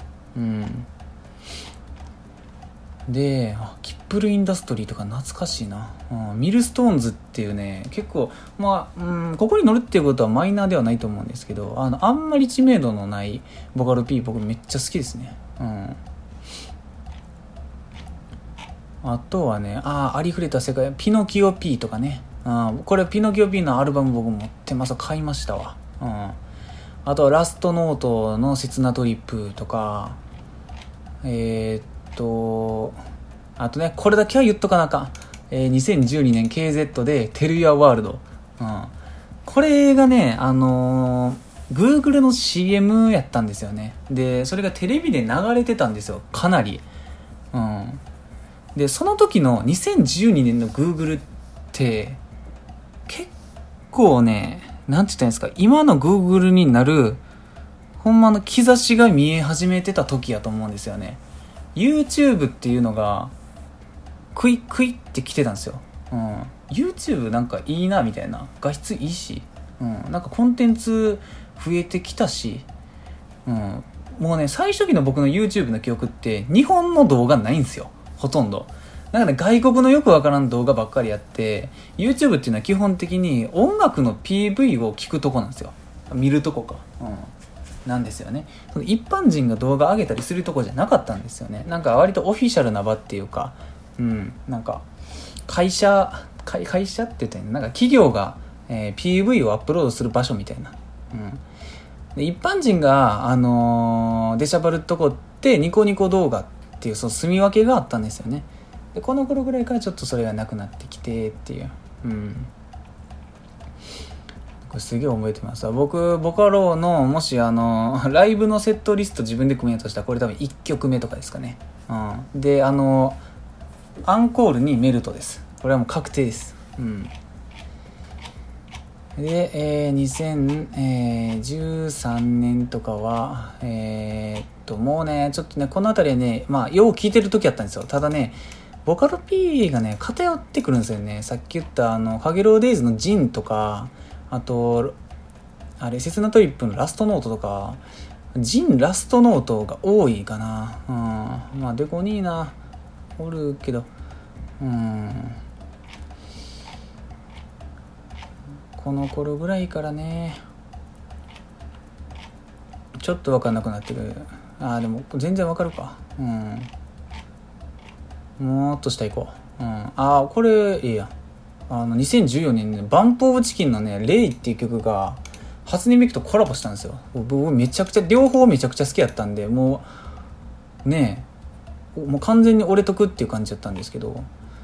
で、キップルインダストリーとか懐かしいな。ミルストーンズっていうね、結構ここに乗るっていうことはマイナーではないと思うんですけど、あんまり知名度のないボカロ P 僕めっちゃ好きですね。あとはね、ありふれた世界、ピノキオ P とかね。これピノキオ P のアルバム僕持ってます。買いましたわ。あとはラストノートの刹那トリップとか、あとね、これだけは言っとかなあかん。2012年 KZ で Tell Your World。これがね、Google の CM やったんですよね。で、それがテレビで流れてたんですよ。かなり。で、その時の2012年の Google って、結構ね、なんて言ったらいいんですか、今の Google になる、ほんまの兆しが見え始めてた時やと思うんですよね。YouTube っていうのが、クイって来てたんですよ。YouTube なんかいいなみたいな。画質いいし、なんかコンテンツ増えてきたし、もうね、最初期の僕の YouTube の記憶って、日本の動画ないんですよ。ほとんど。なんかね、外国のよくわからん動画ばっかりやって、YouTube っていうのは基本的に音楽の PV を聞くとこなんですよ。見るとこか。なんですよね。一般人が動画上げたりするとこじゃなかったんですよね。なんか割とオフィシャルな場っていうか、なんか会社って言ったらなんか企業が、PV をアップロードする場所みたいな。で一般人が出しゃばるとこってニコニコ動画っていうその住み分けがあったんですよね。でこの頃ぐらいからちょっとそれがなくなってきてっていう。これすげえ覚えてます。僕ボカロのもしライブのセットリスト自分で組みようとしたらこれ多分1曲目とかですかね。でアンコールにメルトです。これはもう確定です。で、2013年とかはもうねちょっとねこの辺りねよう聴いてる時あったんですよ。ただねボカロ P がね偏ってくるんですよね。さっき言ったカゲロウデイズのジンとか、あとあれ刹那トリップのラストノートとか、ジンラストノートが多いかな。デコニーナおるけどこの頃ぐらいからねちょっと分かんなくなってくる。でも全然分かるか。もっと下行こう。これいいや。2014年ねバンプオブチキンのねレイっていう曲が初音ミクとコラボしたんですよ。僕めちゃくちゃ両方めちゃくちゃ好きやったんで、もう完全に俺とくっていう感じだったんですけど、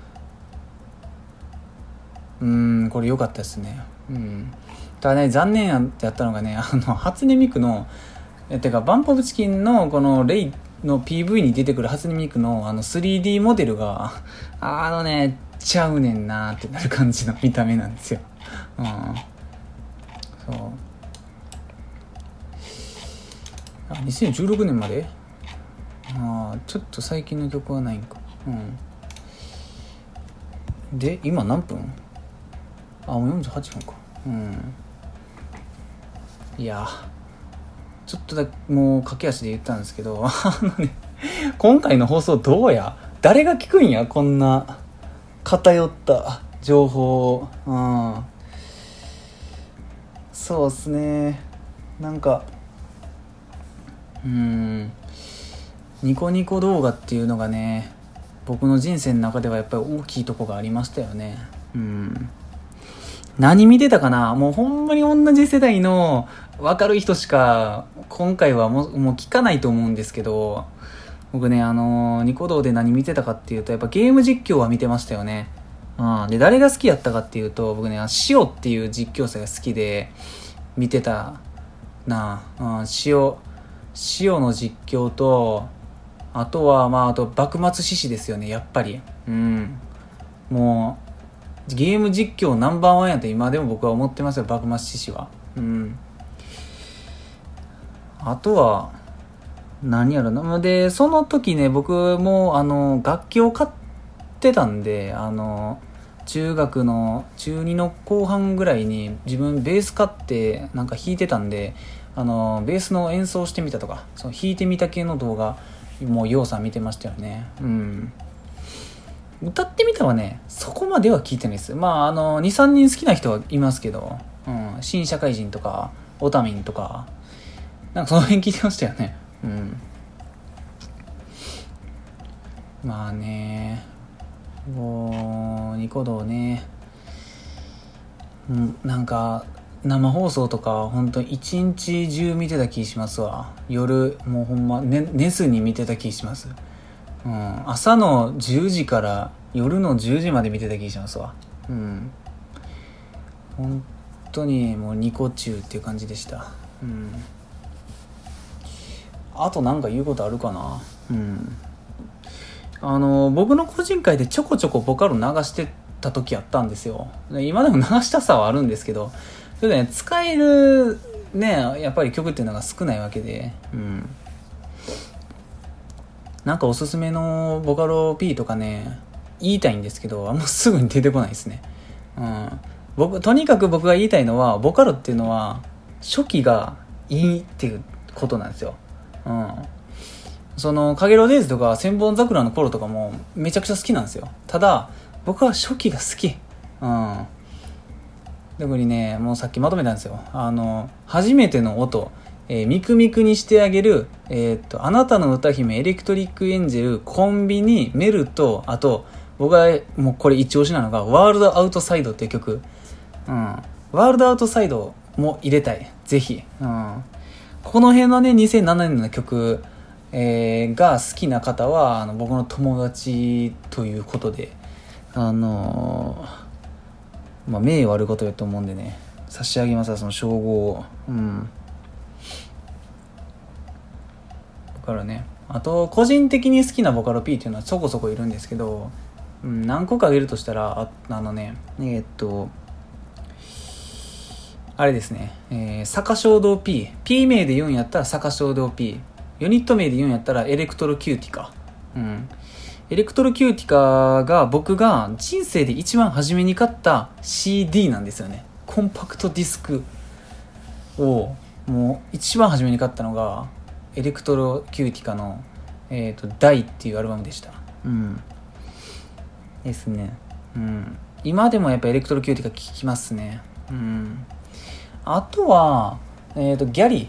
これ良かったですね。ただね残念やったのがね初音ミクのてかバンプオブチキンのこのレイの PV に出てくる初音ミクの3D モデルがちゃうねんなーってなる感じの見た目なんですよ。そう2016年までちょっと最近の曲はないんか。で今何分？もう48分か。いやちょっとだけもう駆け足で言ったんですけど今回の放送どうや誰が聞くんやこんな偏った情報。そうっすね。なんかニコニコ動画っていうのがね僕の人生の中ではやっぱり大きいとこがありましたよね。何見てたかな。もうほんまに同じ世代の分かる人しか今回はもう聞かないと思うんですけど、僕ねニコ動で何見てたかっていうとやっぱゲーム実況は見てましたよね。で誰が好きやったかっていうと僕ね塩っていう実況者が好きで見てたな。塩の実況とあとはあと幕末志士ですよねやっぱり。もうゲーム実況ナンバーワンやと今でも僕は思ってますよ幕末志士は。あとは何やろな。でその時ね僕も楽器を買っってたんで、中学の中2の後半ぐらいに自分ベース買ってなんか弾いてたんで、ベースの演奏してみたとか、その弾いてみた系の動画、もうようさん見てましたよね。歌ってみたはね、そこまでは聞いてないです。まあ、2、3人好きな人はいますけど、新社会人とか、オタミンとか、なんかその辺聞いてましたよね。まあね、もう、ニコ動ね、なんか、生放送とか、ほんと一日中見てた気しますわ。夜、もうほんま、寝ずに見てた気します。朝の10時から夜の10時まで見てた気しますわ。本当にもうニコ中っていう感じでした。あとなんか言うことあるかな。僕の個人会でちょこちょこボカロ流してた時あったんですよ。今でも流したさはあるんですけど、それでね、使えるね、やっぱり曲っていうのが少ないわけで、なんかおすすめのボカロ P とかね、言いたいんですけど、もうすぐに出てこないですね。とにかく僕が言いたいのは、ボカロっていうのは、初期がいいっていうことなんですよ。その、かげろうデイズとか、千本桜の頃とかも、めちゃくちゃ好きなんですよ。ただ、僕は初期が好き。特にね、もうさっきまとめたんですよ。初めての音、ミクミクにしてあげる、あなたの歌姫エレクトリックエンジェルコンビニメルと、あと僕はもうこれ一押しなのがワールドアウトサイドっていう曲、ワールドアウトサイドも入れたい、ぜひ。この辺のね2007年の曲、が好きな方は僕の友達ということで、名誉あることやと思うんでね、差し上げますわ、その称号を。だからね、あと個人的に好きなボカロ P っていうのはそこそこいるんですけど、何個か挙げるとしたら、あれですね、坂衝動 P 名で言うんやったら坂衝動 P、 ユニット名で言うんやったらエレクトロキューティカ。エレクトロキューティカが僕が人生で一番初めに買った CD なんですよね。コンパクトディスクをもう一番初めに買ったのがエレクトロキューティカのダイっていうアルバムでした。ですね。今でもやっぱエレクトロキューティカ聴きますね。あとはギャリ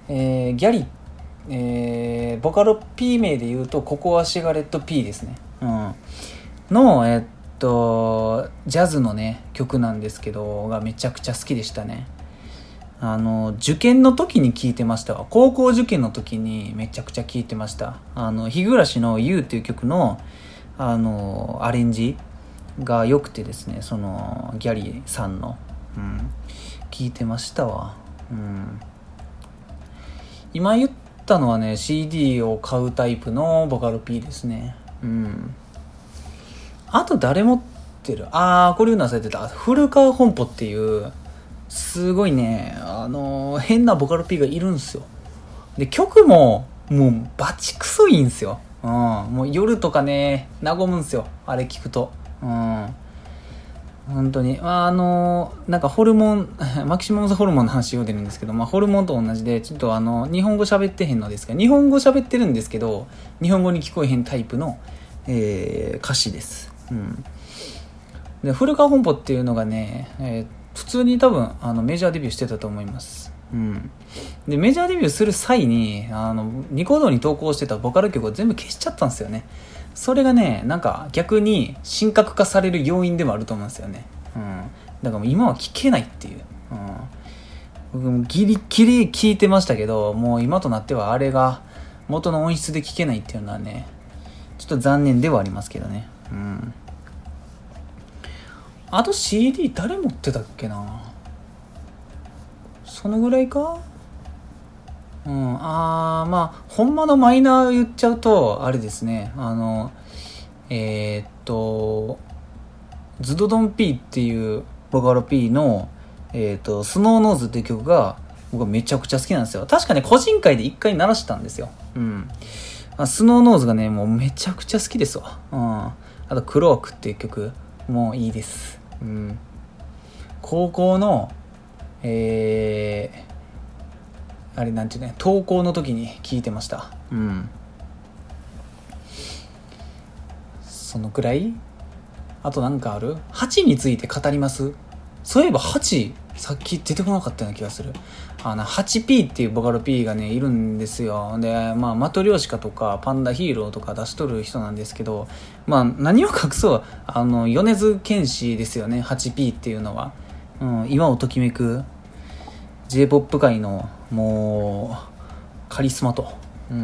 ボカロ P 名で言うとココアシガレット P ですね。のジャズのね曲なんですけどがめちゃくちゃ好きでしたね。受験の時に聴いてましたわ。高校受験の時にめちゃくちゃ聴いてました。日暮の You っていう曲のアレンジが良くてですね、そのギャリーさんの聴いてましたわ。今言ったのはね CD を買うタイプのボカロ P ですね。あと誰持ってる？これ言うの忘れてた。古川本舗っていうすごいね変なボカロ P がいるんですよ。で曲ももうバチクソいいんですよ。もう夜とかね和むんですよ、あれ聞くと。本当になんかホルモンマキシマムザホルモンの話を出るんですけど、ホルモンと同じでちょっと日本語喋ってへんのですが、日本語喋ってるんですけど日本語に聞こえへんタイプの、歌詞です。で古川本舗っていうのがね、普通に多分メジャーデビューしてたと思います。でメジャーデビューする際にニコ動に投稿してたボカロ曲を全部消しちゃったんですよね。それがねなんか逆に神格化される要因でもあると思うんですよね。だからもう今は聴けないっていう。僕もギリギリ聴いてましたけど、もう今となってはあれが元の音質で聴けないっていうのはねちょっと残念ではありますけどね。あと CD 誰持ってたっけな、そのぐらいか。ほんまのマイナー言っちゃうとあれですね、ズドドン P っていうボカロ P のスノーノーズっていう曲が僕はめちゃくちゃ好きなんですよ。確かね個人会で一回鳴らしたんですよ。スノーノーズがねもうめちゃくちゃ好きですわ。 あとクロークっていう曲もいいです。高校のあれなんていうね、登校の時に聴いてました。そのくらい。あとなんかある？8について語ります？そういえば8、さっき出てこなかったような気がする。8P っていうボカロ P がね、いるんですよ。で、マトリョーシカとかパンダヒーローとか出しとる人なんですけど、何を隠そう、米津玄師ですよね、8P っていうのは。今をときめく J-POP 界の、もう、カリスマと。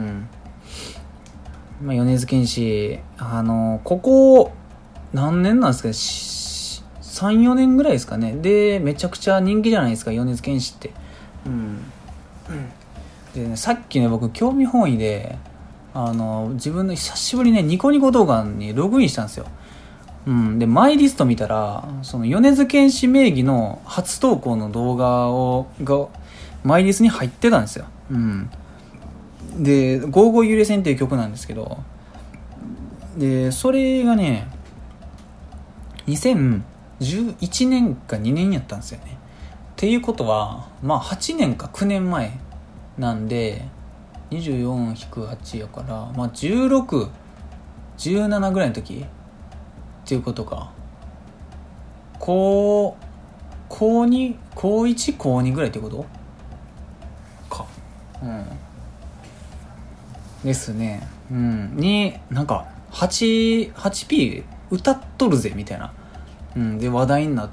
米津玄師、ここ、何年なんですかね、3、4年ぐらいですかね。で、めちゃくちゃ人気じゃないですか、米津玄師って。でね、さっきね、僕、興味本位で、自分の久しぶりね、ニコニコ動画にログインしたんですよ。で、マイリスト見たら、その米津玄師名義の初投稿の動画が、マイリストに入ってたんですよ。で、ゴーゴー揺れ線っていう曲なんですけど、で、それがね、2011年か2年やったんですよね。っていうことは、8年か9年前なんで、24-8やから、16、17ぐらいの時っていうことか。高2、高1、高2ぐらいってことか。ですね。に、なんか、8P 歌っとるぜ、みたいな。で、話題になって、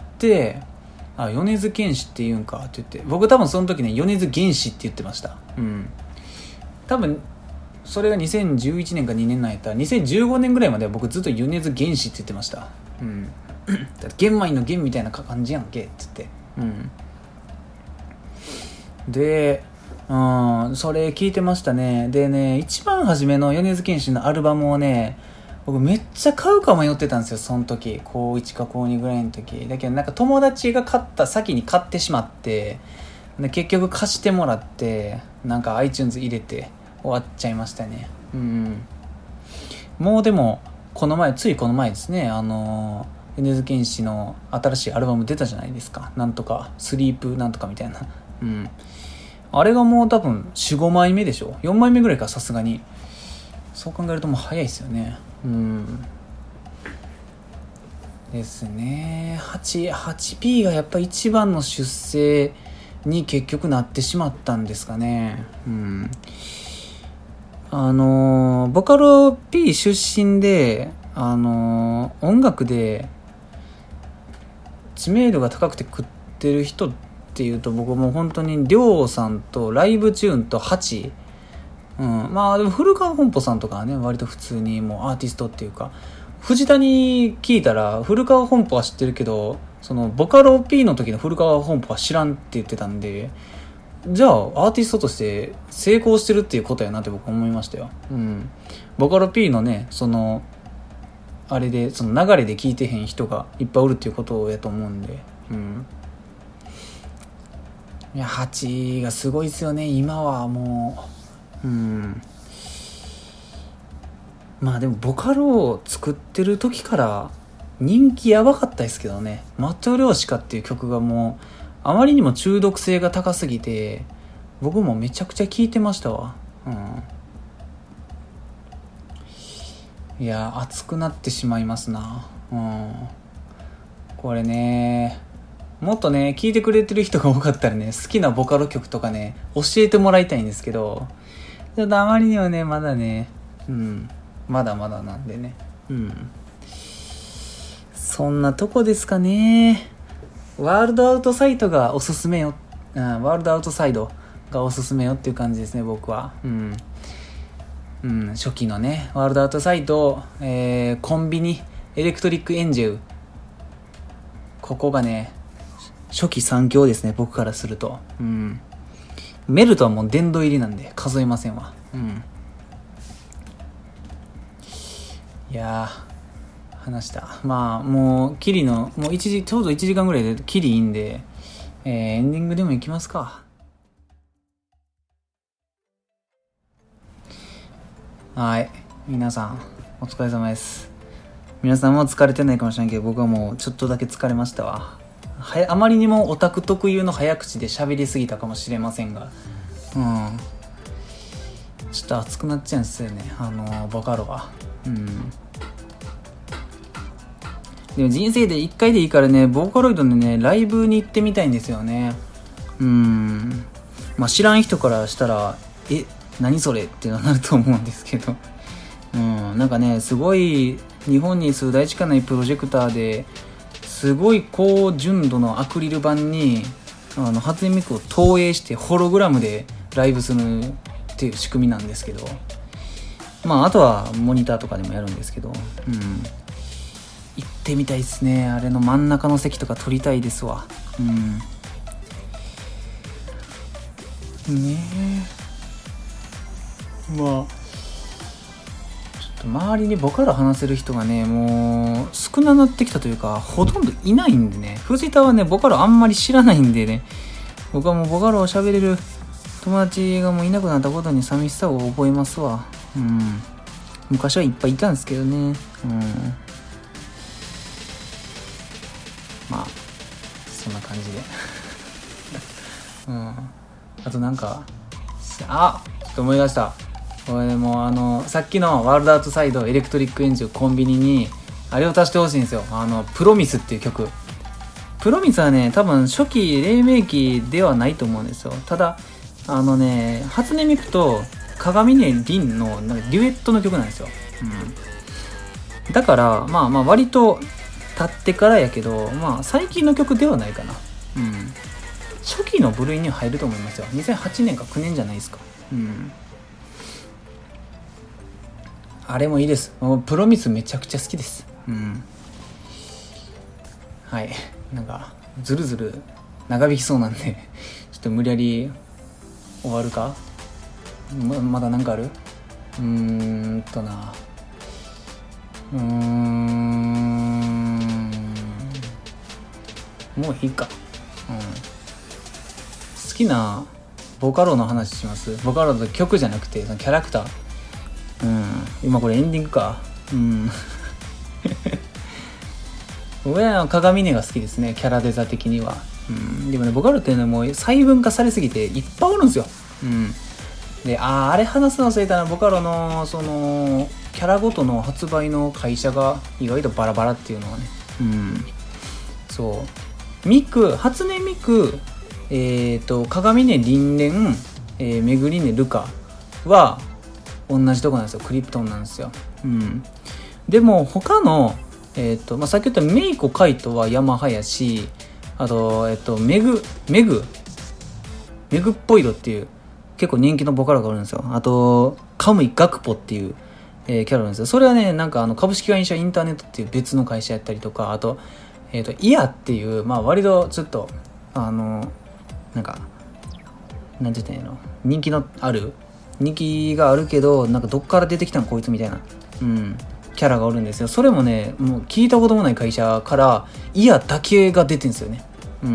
米津玄師って言うんかって言って、僕多分その時ね、米津玄師って言ってました。多分、それが2011年か2年なんやったら、2015年ぐらいまでは僕ずっと米津玄師って言ってました。玄米の玄みたいな感じやんけって言って。で、それ聞いてましたね。でね、一番初めの米津玄師のアルバムをね、僕めっちゃ買うか迷ってたんですよ、その時。高1か高2ぐらいの時。だけどなんか友達が先に買ってしまって、で結局貸してもらって、なんか iTunes 入れて終わっちゃいましたね。もうでも、ついこの前ですね、米津玄師の新しいアルバム出たじゃないですか。なんとか、スリープなんとかみたいな。あれがもう多分4、5枚目でしょ。4枚目ぐらいか、さすがに。そう考えるともう早いですよね。ですね。8P がやっぱ一番の出世に結局なってしまったんですかね。ボカロ P 出身で、音楽で知名度が高くて食ってる人っていうと、僕も本当にりょうさんとライブチューンと8、でも古川本舗さんとかはね、割と普通にもうアーティストっていうか、藤田に聞いたら古川本舗は知ってるけど、そのボカロ P の時の古川本舗は知らんって言ってたんで、じゃあアーティストとして成功してるっていうことやなって僕思いましたよ。ボカロ P のね、そのあれでその流れで聞いてへん人がいっぱいおるっていうことやと思うんで、いや8がすごいですよね。今はもうでもボカロを作ってる時から人気やばかったですけどね。マトリョーシカっていう曲がもうあまりにも中毒性が高すぎて、僕もめちゃくちゃ聴いてましたわ。いや熱くなってしまいますな。これね、もっとね聴いてくれてる人が多かったらね、好きなボカロ曲とかね教えてもらいたいんですけど、ちょっとあまりにはねまだねまだまだなんでね。そんなとこですかね。ワールドアウトサイドがおすすめよ。ワールドアウトサイドがおすすめよっていう感じですね、僕は。初期のね、ワールドアウトサイド、コンビニ、エレクトリックエンジェル。ここがね、初期3強ですね、僕からすると。メルトはもう殿堂入りなんで数えませんわ。いやー、話した。もうキリのもうちょうど1時間ぐらいでキリいいんで、エンディングでも行きますか。はい、皆さんお疲れ様です。 皆さんも疲れてないかもしれないけど、僕はもうちょっとだけ疲れましたわ。あまりにもオタク特有の早口で喋りすぎたかもしれませんが、ちょっと熱くなっちゃうんですよね、ボカロは。でも人生で1回でいいからね、ボーカロイドのねライブに行ってみたいんですよね。まあ知らん人からしたら何それってなると思うんですけど、なんかね、すごい日本に数台しかないプロジェクターですごい高純度のアクリル板に初音ミクを投影してホログラムでライブするっていう仕組みなんですけど、まああとはモニターとかでもやるんですけど、行ってみたいですね。あれの真ん中の席とか取りたいですわ。ねえ、まあちょっと周りにボカロ話せる人がねもう少ななってきたというか、ほとんどいないんでね、藤田はねボカロあんまり知らないんでね、僕はもうボカロを喋れる友達がもういなくなったことに寂しさを覚えますわ。昔はいっぱいいたんですけどね。まあそんな感じであとなんかちょっと思い出した。これもさっきのワールドアウトサイドエレクトリックエンジンコンビニにあれを足してほしいんですよ。プロミスっていう曲。プロミスはね多分初期黎明期ではないと思うんですよ。ただ初音ミクと鏡音凛のなんかデュエットの曲なんですよ。だからまあ割と経ってからやけど、まあ最近の曲ではないかな。初期の部類に入ると思いますよ。2008年か9年じゃないですか。あれもいいです。プロミスめちゃくちゃ好きです。はい、なんかずるずる長引きそうなんでちょっと無理やり終わるか。まだなんかある？もういいか。好きなボカロの話します。ボカロの曲じゃなくてそのキャラクター。今これエンディングか。僕は鏡音が好きですね、キャラデザ的には。でもねボカロっていうのはもう細分化されすぎていっぱいおるんですよ。であれ話すの忘れたな。ボカロのそのキャラごとの発売の会社が意外とバラバラっていうのはね。そうミク、初音ミク、鏡音凛々、めぐりねルカは同じとこなんですよ。クリプトンなんですよ。でも他のさっき言ったメイコカイトはヤマハやし、あとメグっぽいドっていう結構人気のボカロがおるんですよ。あとカムイガクポっていう、キャラなんですよ。それはねなんか株式会社インターネットっていう別の会社やったりとか、あとイヤっていうまあ割とちょっとなんかなんて言ったらいいの、人気があるけどなんかどっから出てきたのこいつみたいなキャラがおるんですよ。それもねもう聞いたこともない会社からイヤだけが出てんですよね。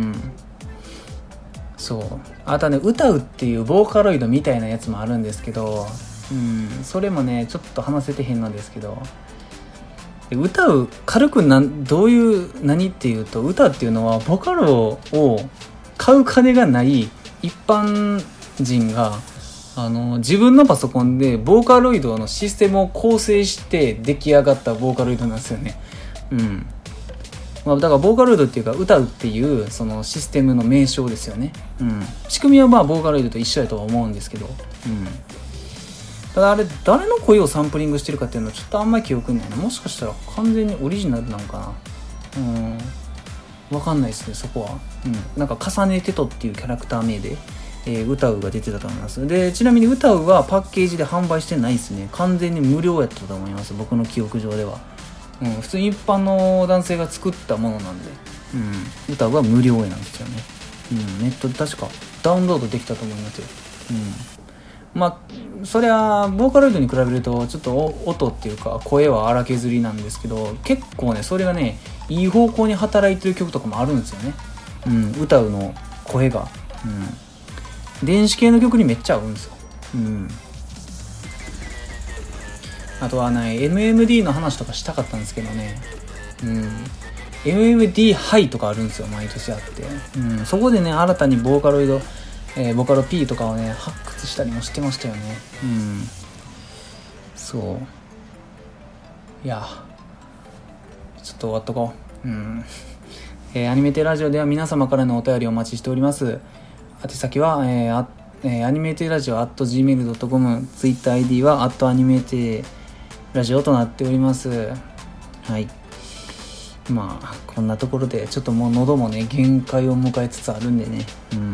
そうあとはね歌うっていうボーカロイドみたいなやつもあるんですけど、それもねちょっと話せてへんのですけど、歌う軽くどういう何っていうと、歌っていうのはボカロを買う金がない一般人が自分のパソコンでボーカロイドのシステムを構成して出来上がったボーカロイドなんですよね。だからボーカロイドっていうか歌うっていうそのシステムの名称ですよね。仕組みはまあボーカロイドと一緒やとは思うんですけど、ただあれ誰の声をサンプリングしてるかっていうのはちょっとあんまり記憶にないな。もしかしたら完全にオリジナルなのかな。わかんないですねそこは。なんか重ねてとっていうキャラクター名で歌うが出てたと思います。でちなみに歌うはパッケージで販売してないですね。完全に無料やったと思います、僕の記憶上では。普通に一般の男性が作ったものなんで、歌うは無料なんですよね。ネットで確かダウンロードできたと思いますよ。まあそりゃボーカロイドに比べるとちょっと音っていうか声は荒削りなんですけど、結構ねそれがねいい方向に働いてる曲とかもあるんですよね。歌うの声が電子系の曲にめっちゃ合うんですよ。 あとはね MMD の話とかしたかったんですけどね、MMD ハイとかあるんですよ、毎年あって、そこでね新たにボーカロイド、ボカロ P とかをね発掘したりもしてましたよね。そういやちょっと終わっとこう。アニメテラジオでは皆様からのお便りをお待ちしております。宛先は、アニメテラジオ @gmail.com、 TwitterID はアニメテラジオとなっております。はい、まあこんなところでちょっともう喉もね限界を迎えつつあるんでね、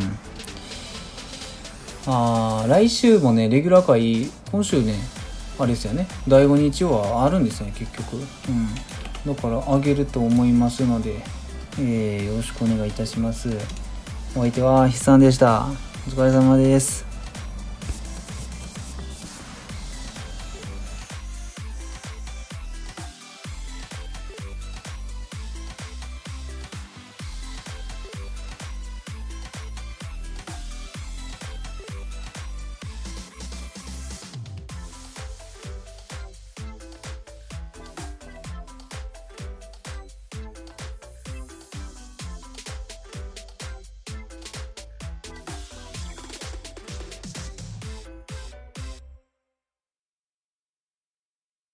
来週もねレギュラー会、今週ねあれですよね、第5日曜はあるんですね結局。だからあげると思いますので、よろしくお願いいたします。お相手は筆さんでした。お疲れ様です。